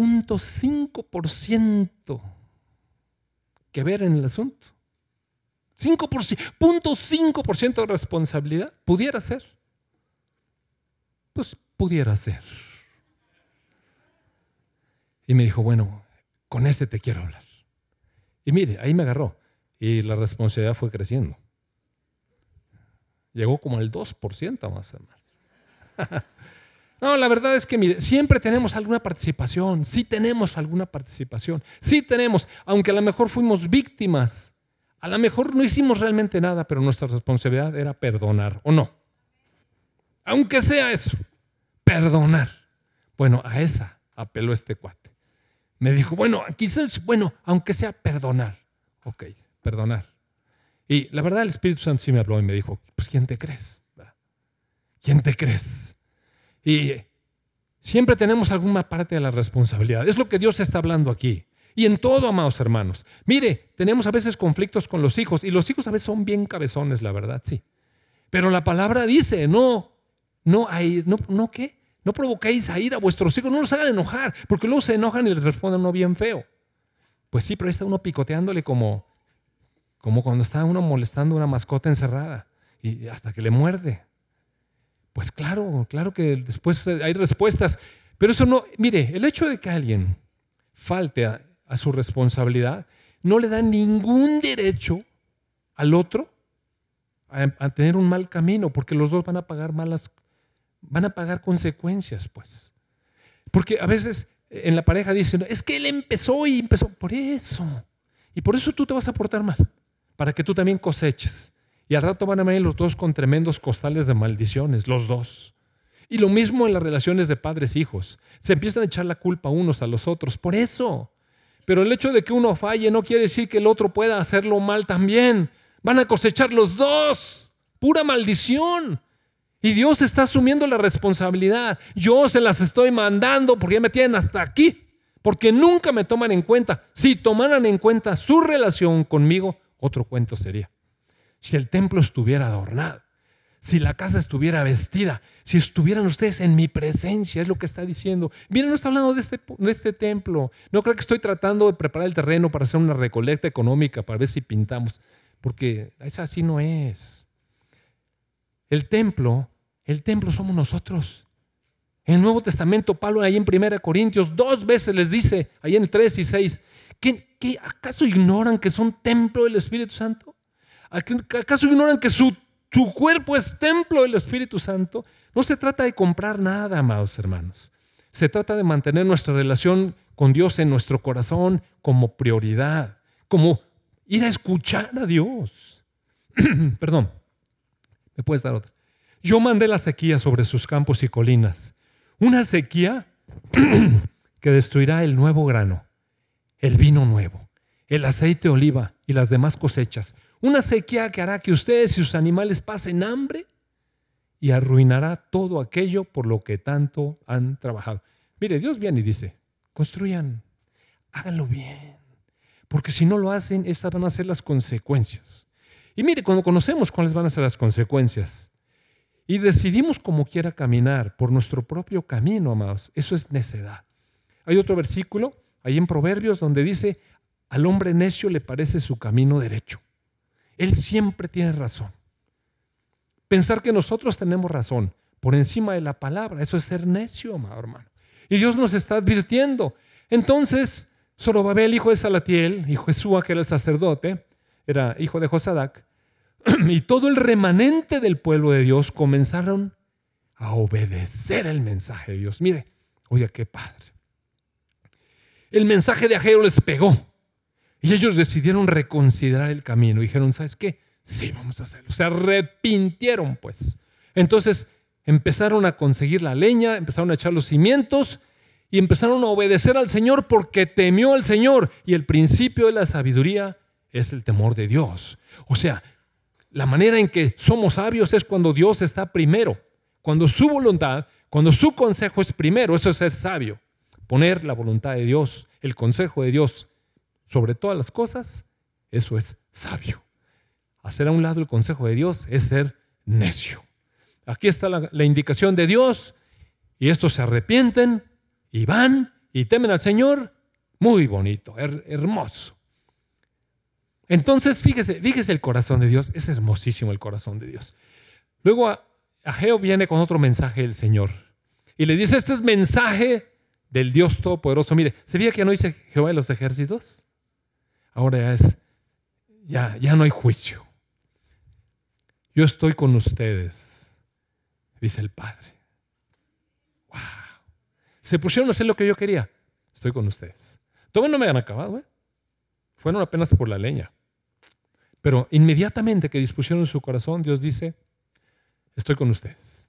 0.5% que ver en el asunto. 0.5% de responsabilidad. Pudiera ser. Pues pudiera ser. Y me dijo, bueno, con ese te quiero hablar. Y mire, ahí me agarró. Y la responsabilidad fue creciendo. Llegó como al 2% más o menos. No, la verdad es que mire, siempre tenemos alguna participación. Sí tenemos alguna participación. Sí tenemos, aunque a lo mejor fuimos víctimas. A lo mejor no hicimos realmente nada, pero nuestra responsabilidad era perdonar, ¿o no? Aunque sea eso, perdonar. Bueno, a esa apeló este cuate. Me dijo, quizás, aunque sea perdonar. Ok, perdonar. Y la verdad el Espíritu Santo sí me habló y me dijo, pues ¿quién te crees? ¿Quién te crees? Y siempre tenemos alguna parte de la responsabilidad. Es lo que Dios está hablando aquí. Y en todo, amados hermanos. Mire, tenemos a veces conflictos con los hijos y los hijos a veces son bien cabezones, la verdad, sí. Pero la palabra dice, no provoquéis a ira a vuestros hijos, no los hagan enojar, porque luego se enojan y les responden uno bien feo. Pues sí, pero ahí está uno picoteándole como cuando está uno molestando a una mascota encerrada y hasta que le muerde. Pues claro que después hay respuestas, pero eso no, mire, el hecho de que alguien falte a su responsabilidad no le da ningún derecho al otro a tener un mal camino, porque los dos van a pagar consecuencias, pues. Porque a veces en la pareja dicen, es que él empezó por eso. Y por eso tú te vas a portar mal, para que tú también coseches. Y al rato van a venir los dos con tremendos costales de maldiciones, los dos. Y lo mismo en las relaciones de padres e hijos. Se empiezan a echar la culpa unos a los otros. Por eso. Pero el hecho de que uno falle no quiere decir que el otro pueda hacerlo mal también. Van a cosechar los dos. Pura maldición. Y Dios está asumiendo la responsabilidad. Yo se las estoy mandando porque ya me tienen hasta aquí. Porque nunca me toman en cuenta. Si tomaran en cuenta su relación conmigo, otro cuento sería. Si el templo estuviera adornado, si la casa estuviera vestida, si estuvieran ustedes en mi presencia, es lo que está diciendo. Miren, no está hablando de este templo. No creo que estoy tratando de preparar el terreno para hacer una recolecta económica, para ver si pintamos, porque así no es. El templo somos nosotros. En el Nuevo Testamento, Pablo ahí en 1 Corintios 2 veces les dice, ahí en 3 y 6, ¿que acaso ignoran que son templo del Espíritu Santo? ¿Acaso ignoran que su cuerpo es templo del Espíritu Santo? No se trata de comprar nada, amados hermanos. Se trata de mantener nuestra relación con Dios en nuestro corazón como prioridad, como ir a escuchar a Dios. Perdón, ¿me puedes dar otra? Yo mandé la sequía sobre sus campos y colinas. Una sequía que destruirá el nuevo grano, el vino nuevo, el aceite de oliva y las demás cosechas. Una sequía que hará que ustedes y sus animales pasen hambre y arruinará todo aquello por lo que tanto han trabajado. Mire, Dios viene y dice, construyan, háganlo bien, porque si no lo hacen, esas van a ser las consecuencias. Y mire, cuando conocemos cuáles van a ser las consecuencias y decidimos como quiera caminar por nuestro propio camino, amados, eso es necedad. Hay otro versículo, ahí en Proverbios, donde dice, al hombre necio le parece su camino derecho. Él siempre tiene razón. Pensar que nosotros tenemos razón por encima de la palabra, eso es ser necio, amado hermano. Y Dios nos está advirtiendo. Entonces, Zorobabel, hijo de Salatiel, y Jesúa, que era el sacerdote, era hijo de Josadac, y todo el remanente del pueblo de Dios comenzaron a obedecer el mensaje de Dios. Mire, oiga, qué padre. El mensaje de Ageo les pegó. Y ellos decidieron reconsiderar el camino. Dijeron, ¿sabes qué? Sí, vamos a hacerlo. Se arrepintieron, pues. Entonces empezaron a conseguir la leña, empezaron a echar los cimientos y empezaron a obedecer al Señor porque temió al Señor. Y el principio de la sabiduría es el temor de Dios. O sea, la manera en que somos sabios es cuando Dios está primero. Cuando su voluntad, cuando su consejo es primero. Eso es ser sabio. Poner la voluntad de Dios, el consejo de Dios sobre todas las cosas, eso es sabio. Hacer a un lado el consejo de Dios es ser necio. Aquí está la indicación de Dios y estos se arrepienten y van y temen al Señor. Muy bonito, hermoso. Entonces, fíjese el corazón de Dios. Es hermosísimo el corazón de Dios. Luego Ageo viene con otro mensaje del Señor y le dice, este es mensaje del Dios Todopoderoso. Mire, ¿se fija que no dice Jehová de los ejércitos? Ahora ya no hay juicio. Yo estoy con ustedes, dice el Padre. Wow. Se pusieron a hacer lo que yo quería. Estoy con ustedes. Todavía no me han acabado, Fueron apenas por la leña. Pero inmediatamente que dispusieron su corazón, Dios dice, estoy con ustedes.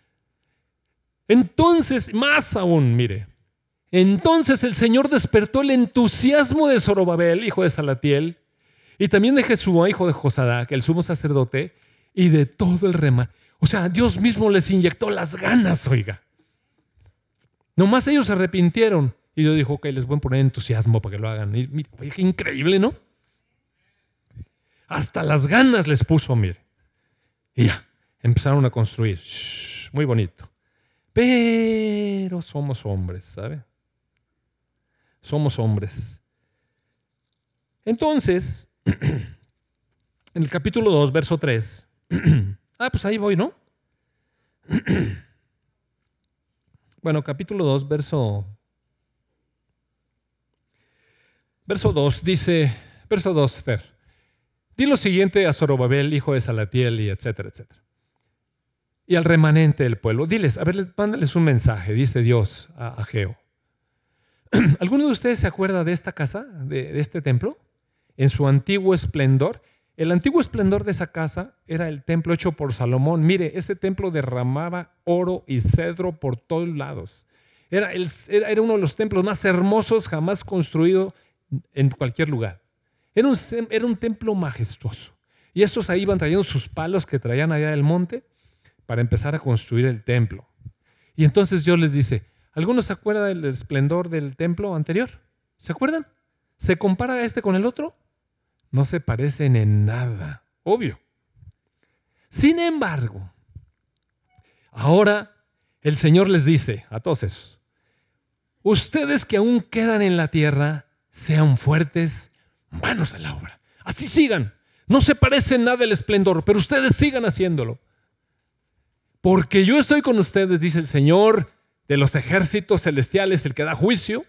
Entonces, más aún, mire, entonces el Señor despertó el entusiasmo de Zorobabel, hijo de Salatiel, y también de Jesúa, hijo de Josadac, el sumo sacerdote, y de todo el remanente. O sea, Dios mismo les inyectó las ganas, oiga. Nomás ellos se arrepintieron. Y Dios dijo, ok, les voy a poner entusiasmo para que lo hagan. Y, mire, oye, qué increíble, ¿no? Hasta las ganas les puso, mire. Y ya, empezaron a construir. Muy bonito. Pero somos hombres, ¿sabe? Somos hombres. Entonces, en el capítulo 2, verso 3. Pues ahí voy, ¿no? Bueno, capítulo 2, verso 2 dice, verso 2, Fer. Di lo siguiente a Zorobabel, hijo de Salatiel, y etcétera, etcétera. Y al remanente del pueblo. Diles, a ver, mándales un mensaje, dice Dios a Ageo. ¿Alguno de ustedes se acuerda de esta casa, de este templo? En su antiguo esplendor. El antiguo esplendor de esa casa era el templo hecho por Salomón. Mire, ese templo derramaba oro y cedro por todos lados. Era uno de los templos más hermosos jamás construido en cualquier lugar. Era un templo majestuoso. Y estos ahí iban trayendo sus palos que traían allá del monte para empezar a construir el templo. Y entonces Dios les dice, ¿algunos se acuerdan del esplendor del templo anterior? ¿Se acuerdan? ¿Se compara este con el otro? No se parecen en nada, obvio. Sin embargo, ahora el Señor les dice a todos esos, ustedes que aún quedan en la tierra, sean fuertes, manos a la obra. Así sigan. No se parece en nada el esplendor, pero ustedes sigan haciéndolo. Porque yo estoy con ustedes, dice el Señor de los ejércitos celestiales, el que da juicio.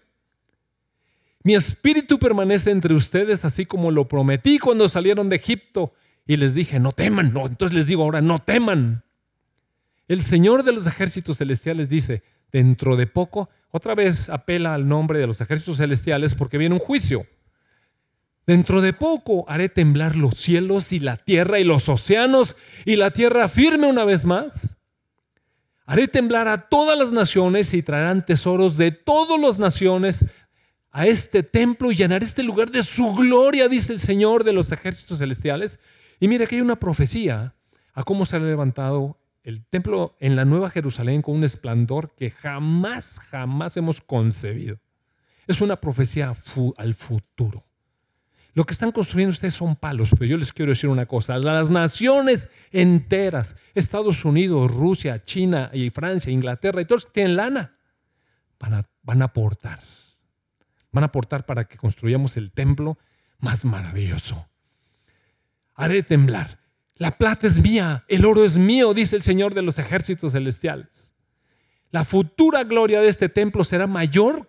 Mi espíritu permanece entre ustedes, así como lo prometí cuando salieron de Egipto. Y les dije, no teman. No, entonces les digo ahora, no teman. El Señor de los ejércitos celestiales dice, dentro de poco, otra vez apela al nombre de los ejércitos celestiales porque viene un juicio. Dentro de poco haré temblar los cielos y la tierra y los océanos y la tierra firme una vez más. Haré temblar a todas las naciones y traerán tesoros de todas las naciones a este templo y llenaré este lugar de su gloria, dice el Señor de los ejércitos celestiales. Y mire que hay una profecía a cómo se ha levantado el templo en la Nueva Jerusalén con un esplendor que jamás hemos concebido. Es una profecía al futuro. Lo que están construyendo ustedes son palos, pero yo les quiero decir una cosa. Las naciones enteras, Estados Unidos, Rusia, China y Francia, Inglaterra y todos tienen lana, van a aportar. Van a aportar para que construyamos el templo más maravilloso. Haré temblar. La plata es mía, el oro es mío, dice el Señor de los ejércitos celestiales. La futura gloria de este templo será mayor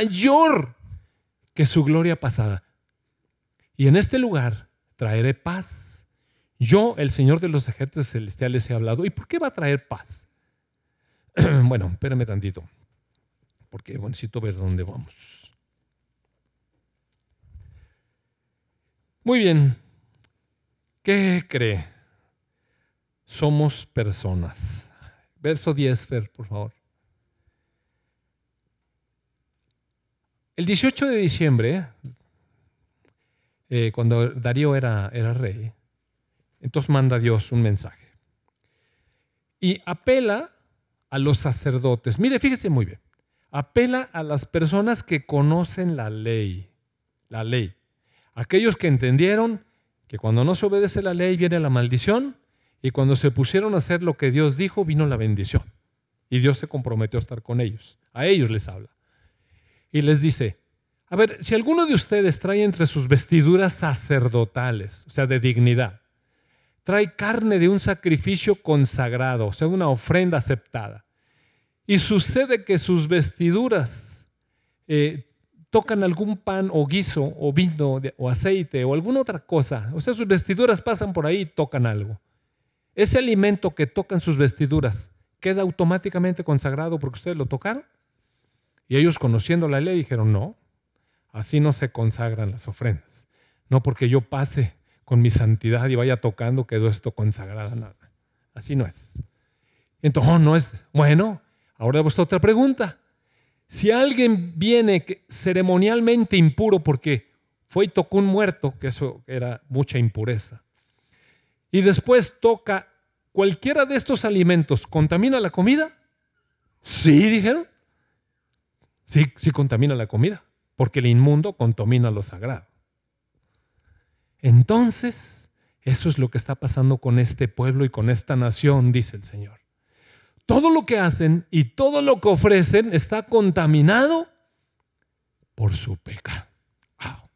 que su gloria pasada. Y en este lugar traeré paz. Yo, el Señor de los ejércitos celestiales, he hablado. ¿Y por qué va a traer paz? Bueno, espérame tantito, porque necesito ver dónde vamos. Muy bien. ¿Qué cree? Somos personas. Verso 10, Fer, por favor. El 18 de diciembre, cuando Darío era rey, entonces manda Dios un mensaje. Y apela a los sacerdotes. Mire, fíjese muy bien. Apela a las personas que conocen la ley. La ley. Aquellos que entendieron que cuando no se obedece la ley viene la maldición y cuando se pusieron a hacer lo que Dios dijo vino la bendición. Y Dios se comprometió a estar con ellos. A ellos les habla. Y les dice, a ver, si alguno de ustedes trae entre sus vestiduras sacerdotales, o sea, de dignidad, trae carne de un sacrificio consagrado, o sea, una ofrenda aceptada, y sucede que sus vestiduras tocan algún pan o guiso o vino o aceite o alguna otra cosa, o sea, sus vestiduras pasan por ahí y tocan algo. Ese alimento que tocan sus vestiduras queda automáticamente consagrado porque ustedes lo tocaron. Y ellos, conociendo la ley, dijeron, no, así no se consagran las ofrendas. No porque yo pase con mi santidad y vaya tocando quedó esto consagrado. No, así no es. Entonces, no es. Bueno, ahora vuestra otra pregunta. Si alguien viene ceremonialmente impuro porque fue y tocó un muerto, que eso era mucha impureza, y después toca cualquiera de estos alimentos, ¿contamina la comida? Sí, dijeron. Sí contamina la comida, porque el inmundo contamina lo sagrado. Entonces, eso es lo que está pasando con este pueblo y con esta nación, dice el Señor. Todo lo que hacen y todo lo que ofrecen está contaminado por su pecado. Wow.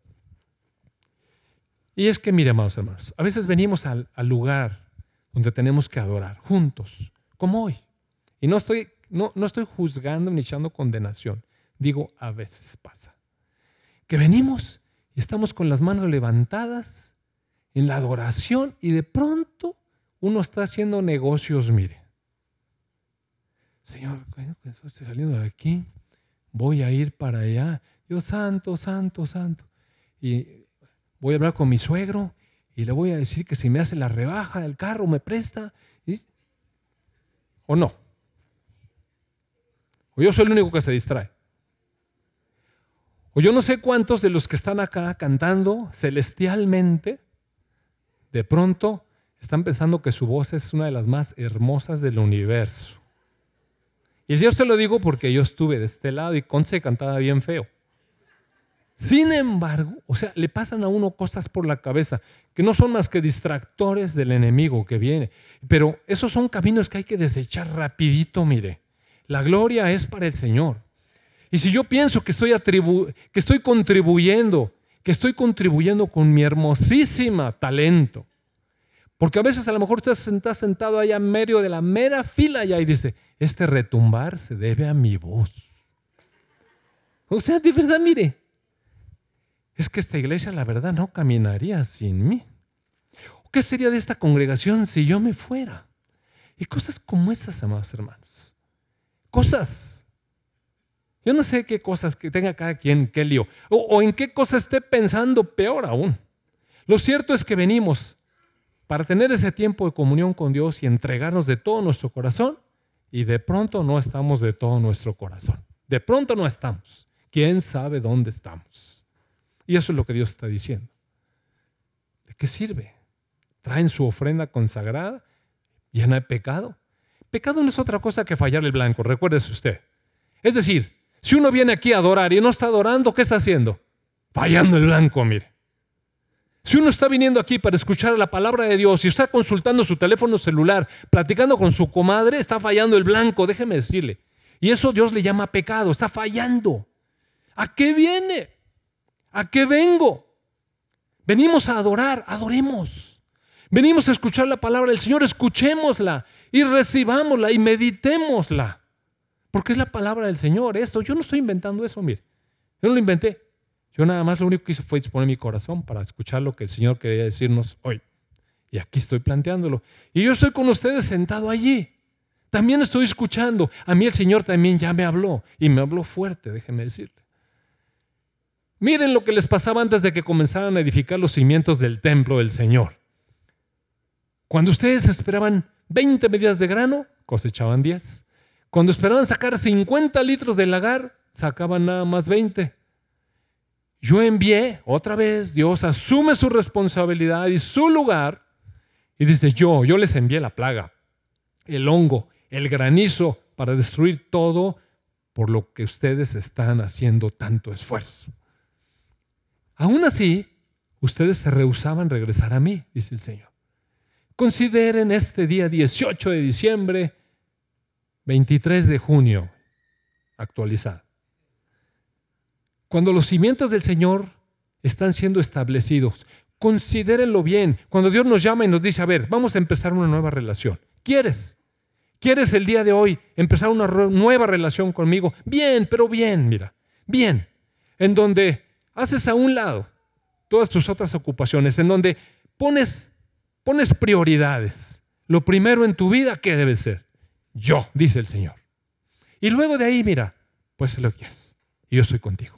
Y es que, mire, amados hermanos, a veces venimos al lugar donde tenemos que adorar juntos, como hoy. Y no estoy juzgando ni echando condenación. Digo, a veces pasa. Que venimos y estamos con las manos levantadas en la adoración y de pronto uno está haciendo negocios, mire. Señor, estoy saliendo de aquí, voy a ir para allá. Dios santo, santo, santo. Y voy a hablar con mi suegro y le voy a decir que si me hace la rebaja del carro, me presta, ¿o no? O yo soy el único que se distrae. O yo no sé cuántos de los que están acá cantando celestialmente, de pronto están pensando que su voz es una de las más hermosas del universo. Y yo se lo digo porque yo estuve de este lado y Conce cantaba bien feo. Sin embargo, o sea, le pasan a uno cosas por la cabeza que no son más que distractores del enemigo que viene. Pero esos son caminos que hay que desechar rapidito, mire. La gloria es para el Señor. Y si yo pienso que estoy contribuyendo con mi hermosísima talento, porque a veces a lo mejor usted está sentado allá en medio de la mera fila allá y dice, este retumbar se debe a mi voz. O sea, de verdad, mire, es que esta iglesia la verdad no caminaría sin mí. ¿Qué sería de esta congregación si yo me fuera? Y cosas como esas, amados hermanos. Cosas. Yo no sé qué cosas que tenga cada quien, qué lío, o en qué cosa esté pensando, peor aún. Lo cierto es que venimos para tener ese tiempo de comunión con Dios y entregarnos de todo nuestro corazón, y de pronto no estamos de todo nuestro corazón. De pronto no estamos. ¿Quién sabe dónde estamos? Y eso es lo que Dios está diciendo. ¿De qué sirve? Traen su ofrenda consagrada, llena de pecado. Pecado no es otra cosa que fallar el blanco, recuérdese usted. Es decir, si uno viene aquí a adorar y no está adorando, ¿qué está haciendo? Fallando el blanco, mire. Si uno está viniendo aquí para escuchar la palabra de Dios y está consultando su teléfono celular, platicando con su comadre, está fallando el blanco, déjeme decirle. Y eso Dios le llama pecado, está fallando. ¿A qué viene? ¿A qué vengo? Venimos a adorar, adoremos. Venimos a escuchar la palabra del Señor, escuchémosla y recibámosla y meditémosla. Porque es la palabra del Señor esto. Yo no estoy inventando eso, mire. Yo no lo inventé. Yo nada más lo único que hice fue disponer mi corazón para escuchar lo que el Señor quería decirnos hoy. Y aquí estoy planteándolo. Y yo estoy con ustedes sentado allí. También estoy escuchando. A mí el Señor también ya me habló. Y me habló fuerte, déjenme decirle. Miren lo que les pasaba antes de que comenzaran a edificar los cimientos del templo del Señor. Cuando ustedes esperaban 20 medidas de grano, cosechaban 10. Cuando esperaban sacar 50 litros del lagar, sacaban nada más 20. Yo envié, otra vez, Dios asume su responsabilidad y su lugar y dice, yo les envié la plaga, el hongo, el granizo para destruir todo por lo que ustedes están haciendo tanto esfuerzo. Aún así, ustedes se rehusaban regresar a mí, dice el Señor. Consideren este día 18 de diciembre, 23 de junio, actualizado. Cuando los cimientos del Señor están siendo establecidos, considérenlo bien. Cuando Dios nos llama y nos dice, a ver, vamos a empezar una nueva relación. ¿Quieres el día de hoy empezar una nueva relación conmigo? Bien, pero bien, mira, bien. En donde haces a un lado todas tus otras ocupaciones, en donde pones prioridades. Lo primero en tu vida, ¿qué debe ser? Yo, dice el Señor. Y luego de ahí, mira, pues lo quieres. Y yo estoy contigo.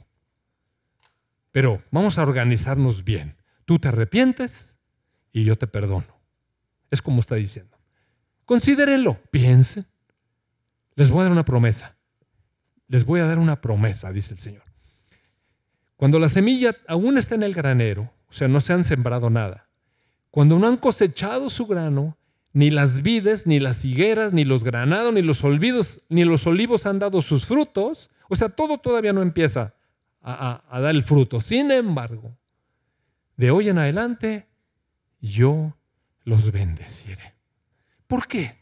Pero vamos a organizarnos bien. Tú te arrepientes y yo te perdono. Es como está diciendo. Considérenlo, piensen. Les voy a dar una promesa. Les voy a dar una promesa, dice el Señor. Cuando la semilla aún está en el granero, o sea, no se han sembrado nada. Cuando no han cosechado su grano, ni las vides, ni las higueras, ni los granados, ni los olivos han dado sus frutos. O sea, todo todavía no empieza a dar el fruto. Sin embargo, de hoy en adelante, yo los bendeciré. ¿Por qué?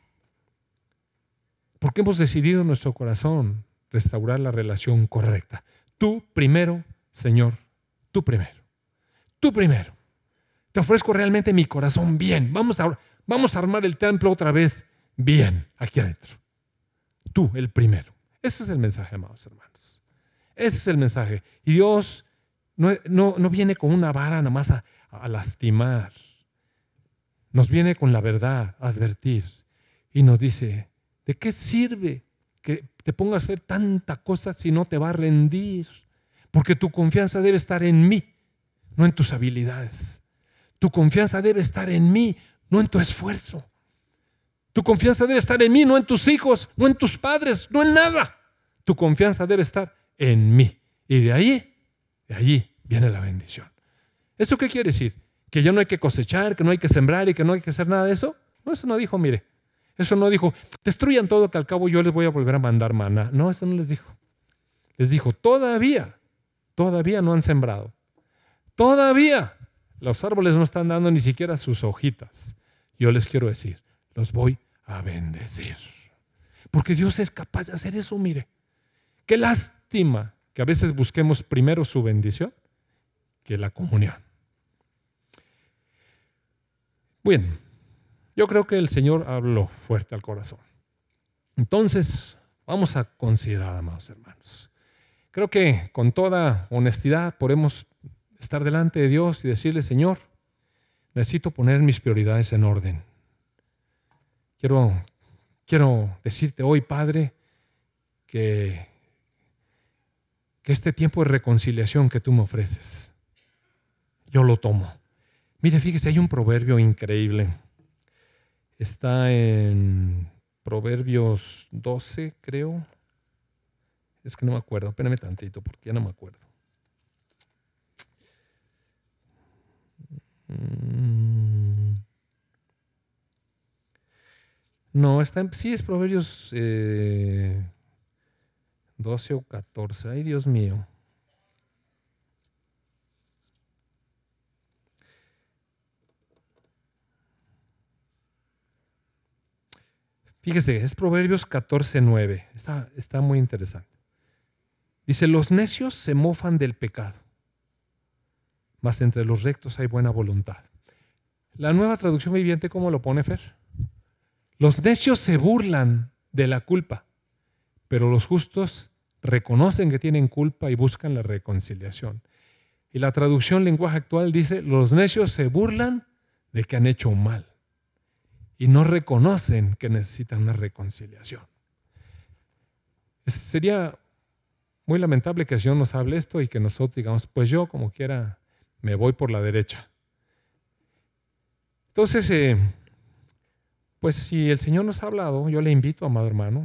Porque hemos decidido en nuestro corazón restaurar la relación correcta. Tú primero, Señor, tú primero. Tú primero. Te ofrezco realmente mi corazón bien. Vamos a armar el templo otra vez bien aquí adentro. Tú, el primero. Ese es el mensaje, amados hermanos. Ese es el mensaje. Y Dios no viene con una vara nada más a lastimar. Nos viene con la verdad a advertir. Y nos dice, ¿de qué sirve que te pongas a hacer tanta cosa si no te va a rendir? Porque tu confianza debe estar en mí, no en tus habilidades. Tu confianza debe estar en mí, no en tu esfuerzo. Tu confianza debe estar en mí, no en tus hijos, no en tus padres, no en nada. Tu confianza debe estar en mí. Y de allí viene la bendición. ¿Eso qué quiere decir? ¿Que ya no hay que cosechar, que no hay que sembrar y que no hay que hacer nada de eso? No, eso no dijo, mire. Eso no dijo, destruyan todo que al cabo yo les voy a volver a mandar maná. No, eso no les dijo. Les dijo, todavía no han sembrado. Todavía los árboles no están dando ni siquiera sus hojitas. Yo les quiero decir, los voy a bendecir. Porque Dios es capaz de hacer eso, mire. Qué lástima que a veces busquemos primero su bendición que la comunión. Bien, yo creo que el Señor habló fuerte al corazón. Entonces, vamos a considerar, amados hermanos. Creo que con toda honestidad podemos estar delante de Dios y decirle, Señor, necesito poner mis prioridades en orden. Quiero decirte hoy, Padre, que este tiempo de reconciliación que tú me ofreces, yo lo tomo. Mire, fíjese, hay un proverbio increíble. Está en Proverbios 12, creo. Es que no me acuerdo, espérame tantito porque ya no me acuerdo. No, sí es Proverbios 12 o 14. Ay, Dios mío. Fíjese, es Proverbios 14:9. Está muy interesante. Dice, los necios se mofan del pecado, mas entre los rectos hay buena voluntad. La Nueva Traducción Viviente, ¿cómo lo pone, Fer? Los necios se burlan de la culpa, pero los justos reconocen que tienen culpa y buscan la reconciliación. Y la traducción lenguaje actual dice, los necios se burlan de que han hecho un mal y no reconocen que necesitan una reconciliación. Sería muy lamentable que el Señor nos hable esto y que nosotros digamos, pues yo como quiera me voy por la derecha. Entonces, pues si el Señor nos ha hablado, yo le invito, amado hermano,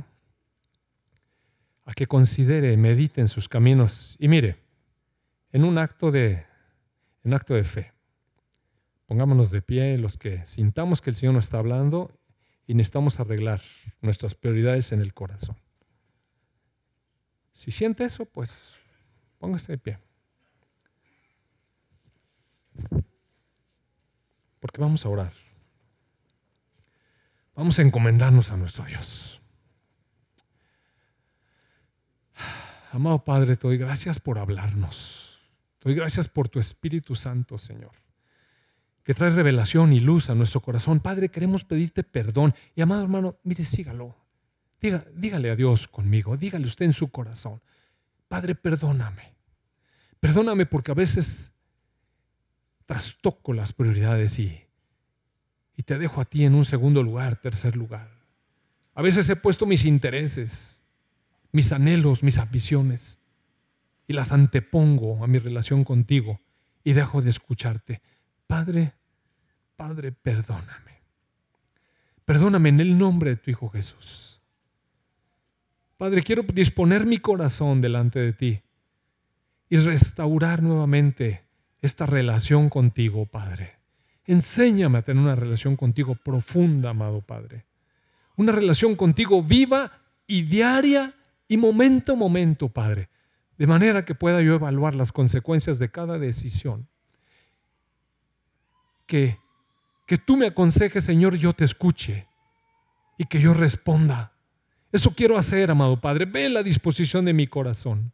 a que considere, medite en sus caminos y mire, en un acto de fe. Pongámonos de pie los que sintamos que el Señor nos está hablando y necesitamos arreglar nuestras prioridades en el corazón. Si siente eso, pues póngase de pie. Porque vamos a orar. Vamos a encomendarnos a nuestro Dios. Amado Padre, te doy gracias por hablarnos. Te doy gracias por tu Espíritu Santo, Señor, que trae revelación y luz a nuestro corazón. Padre, queremos pedirte perdón. Y amado hermano, mire, sígalo. Dígale a Dios conmigo. Dígale usted en su corazón. Padre, perdóname. Perdóname porque a veces trastoco las prioridades y te dejo a ti en un segundo lugar, tercer lugar. A veces he puesto mis intereses, mis anhelos, mis ambiciones y las antepongo a mi relación contigo y dejo de escucharte. Padre, perdóname. Perdóname en el nombre de tu Hijo Jesús. Padre, quiero disponer mi corazón delante de ti y restaurar nuevamente esta relación contigo, Padre. Enséñame a tener una relación contigo profunda, amado Padre. Una relación contigo viva y diaria y momento a momento, Padre. De manera que pueda yo evaluar las consecuencias de cada decisión. Que tú me aconsejes, Señor, yo te escuche y que yo responda. Eso quiero hacer, amado Padre. Ve la disposición de mi corazón.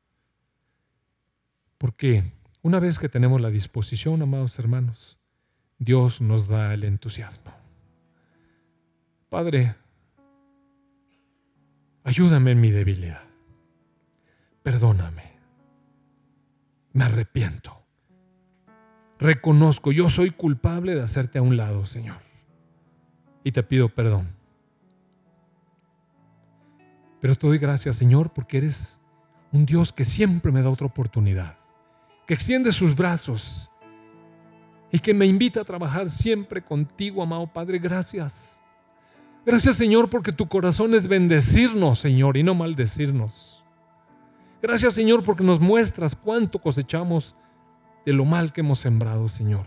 Porque una vez que tenemos la disposición, amados hermanos, Dios nos da el entusiasmo. Padre, ayúdame en mi debilidad. Perdóname. Me arrepiento. Reconozco, yo soy culpable de hacerte a un lado, Señor. Y te pido perdón. Pero te doy gracias, Señor, porque eres un Dios que siempre me da otra oportunidad, que extiende sus brazos y que me invita a trabajar siempre contigo, amado Padre. Gracias. Gracias, Señor, porque tu corazón es bendecirnos, Señor, y no maldecirnos. Gracias, Señor, porque nos muestras cuánto cosechamos de lo mal que hemos sembrado, Señor.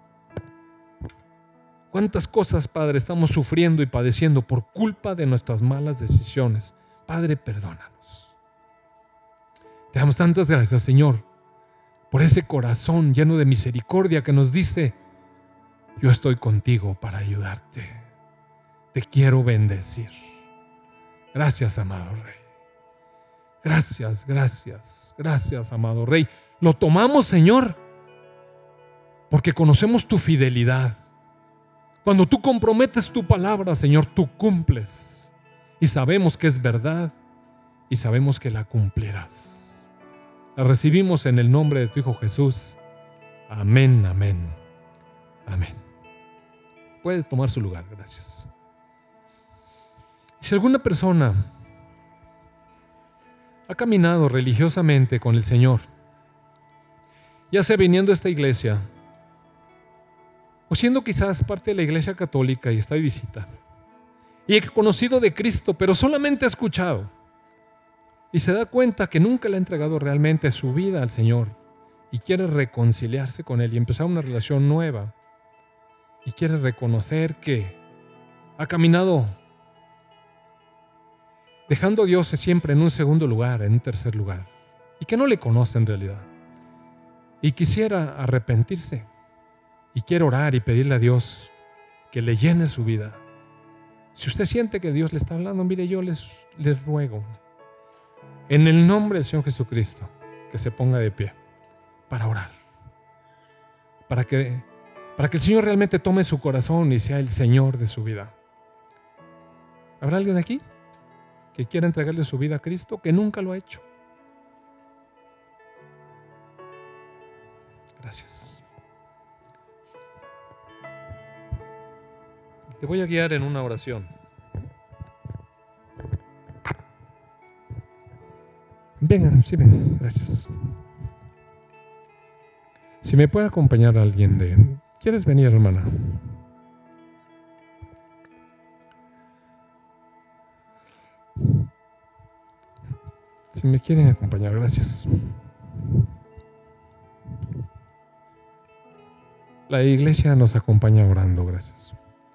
Cuántas cosas, Padre, estamos sufriendo y padeciendo por culpa de nuestras malas decisiones. Padre, perdónanos. Te damos tantas gracias, Señor, por ese corazón lleno de misericordia que nos dice: yo estoy contigo para ayudarte. Te quiero bendecir. Gracias, amado Rey. Gracias, gracias, gracias, amado Rey. Lo tomamos, Señor, porque conocemos tu fidelidad. Cuando tú comprometes tu palabra, Señor, tú cumples. Y sabemos que es verdad y sabemos que la cumplirás. La recibimos en el nombre de tu Hijo Jesús. Amén, amén, amén. Puedes tomar su lugar, gracias. Si alguna persona ha caminado religiosamente con el Señor, ya sea viniendo a esta iglesia o siendo quizás parte de la iglesia católica y está de visita, y ha conocido de Cristo, pero solamente ha escuchado, y se da cuenta que nunca le ha entregado realmente su vida al Señor, y quiere reconciliarse con Él y empezar una relación nueva, y quiere reconocer que ha caminado dejando a Dios siempre en un segundo lugar, en un tercer lugar, y que no le conoce en realidad, y quisiera arrepentirse, y quiere orar y pedirle a Dios que le llene su vida. Si usted siente que Dios le está hablando, mire, yo les ruego, en el nombre del Señor Jesucristo, que se ponga de pie para orar, para que el Señor realmente tome su corazón y sea el Señor de su vida. ¿Habrá alguien aquí que quiera entregarle su vida a Cristo, que nunca lo ha hecho? Gracias. Te voy a guiar en una oración. Vengan, sí, ven, gracias. Si me puede acompañar alguien ¿quieres venir, hermana? Si me quieren acompañar, gracias. La iglesia nos acompaña orando, gracias.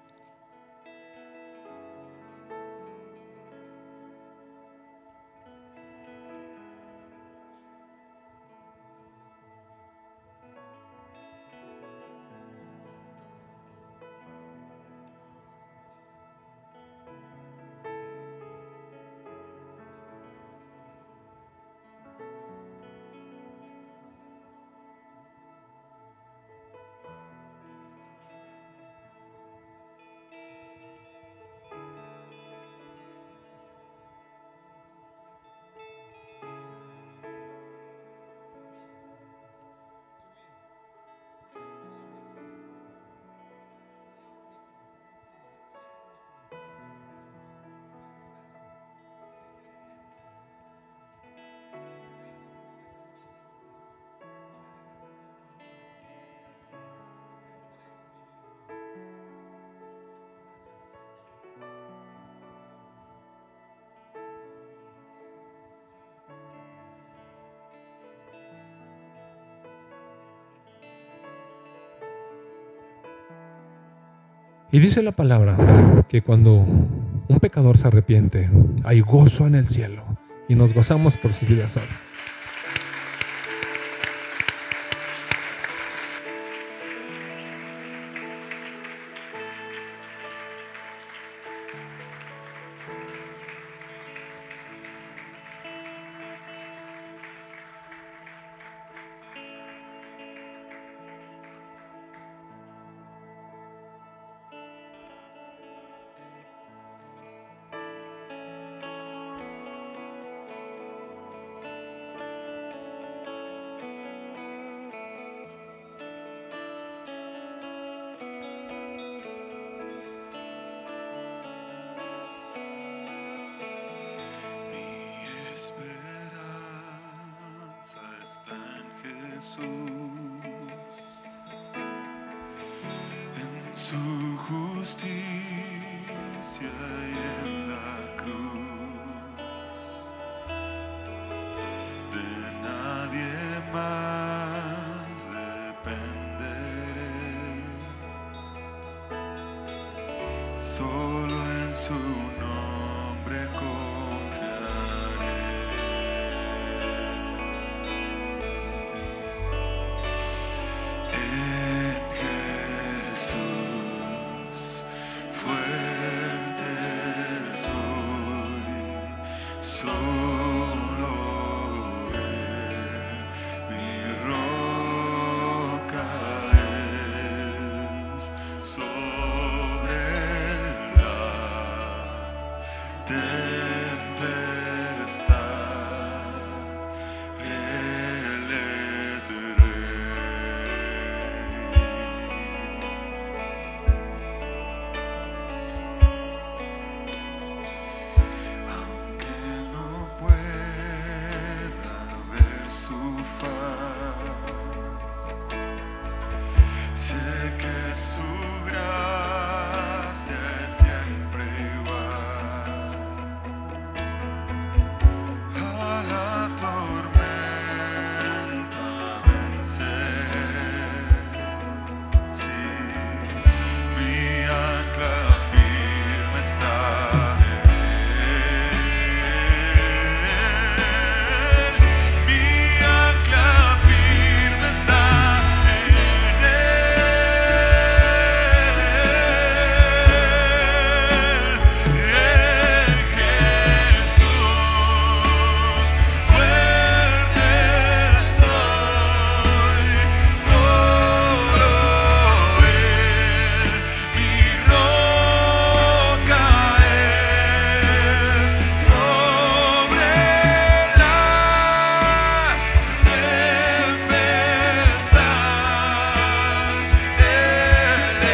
Y dice la palabra que cuando un pecador se arrepiente, hay gozo en el cielo y nos gozamos por su vida sola. su justicia y en la cruz. De nadie más dependeré, solo en su nombre confiaré. En Jesús fuerte soy, solo Él mi roca es. Sobre la tempestad Él es Rey. Aunque no pueda ver su faz, sé que su gracia es siempre igual. A la tormenta venceré, sí, mi ancla firme está en Él. Mi ancla firme está en Jesús fuerte soy, solo Él mi roca es. Sobre la tempestad Él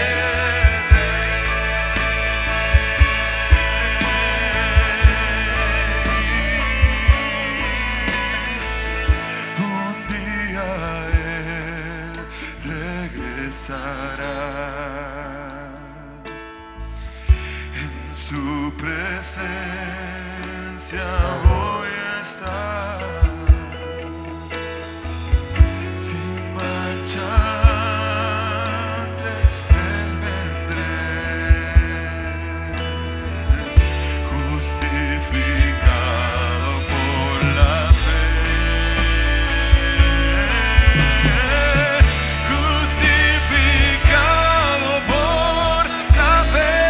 un día Él regresará, en su presencia voy a estar, sin mancha ante Él vendré, justificado por la fe, justificado por la fe.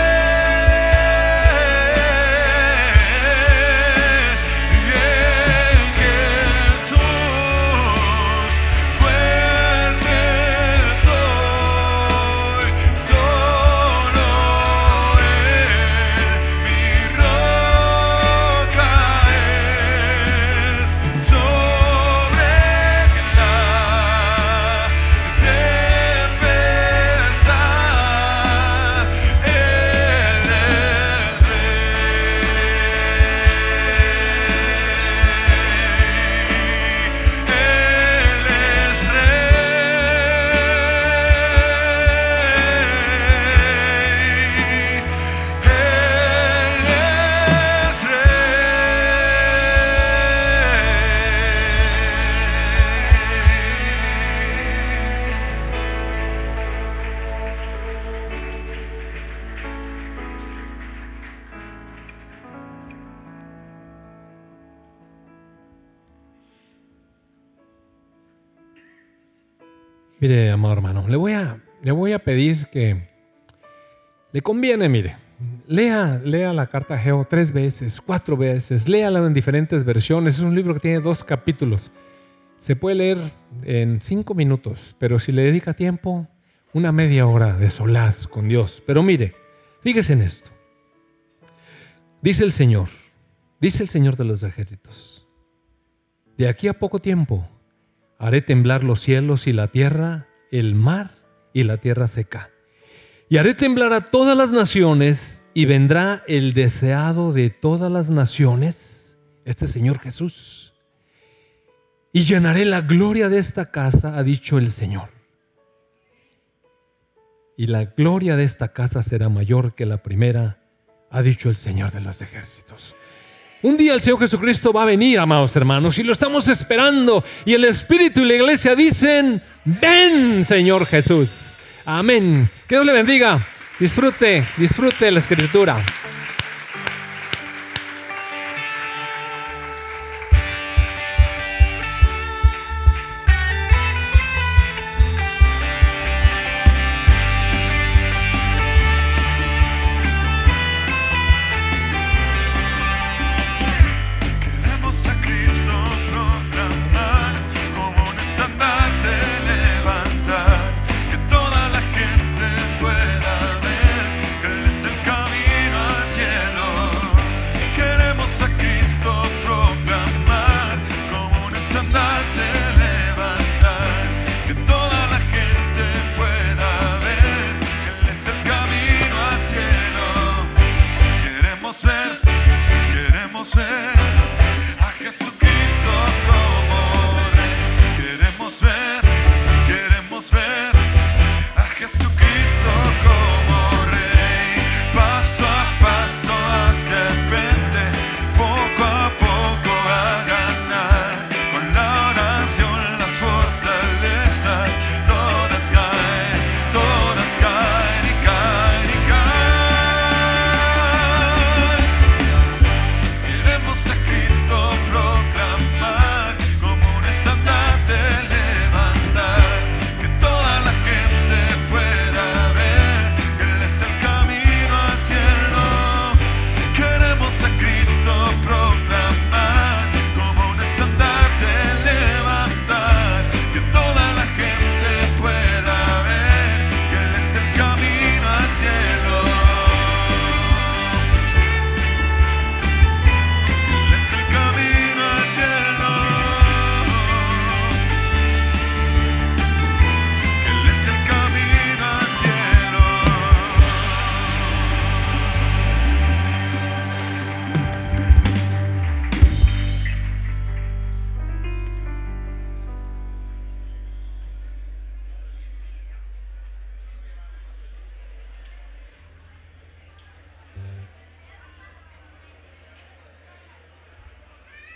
Mire, amado hermano, le voy a pedir que le conviene, mire, lea la carta a Geo 3 veces, 4 veces, léala en diferentes versiones. Es un libro que tiene 2 capítulos. Se puede leer en 5 minutos, pero si le dedica tiempo, una media hora de solaz con Dios. Pero mire, fíjese en esto. Dice el Señor de los ejércitos: de aquí a poco tiempo haré temblar los cielos y la tierra, el mar y la tierra seca. Y haré temblar a todas las naciones, y vendrá el deseado de todas las naciones, este Señor Jesús. Y llenaré la gloria de esta casa, ha dicho el Señor. y la gloria de esta casa será mayor que la primera, ha dicho el Señor de los ejércitos. Un día el Señor Jesucristo va a venir, amados hermanos, y lo estamos esperando. Y el Espíritu y la iglesia dicen: ven, Señor Jesús. Amén. Que Dios le bendiga. Disfrute la Escritura.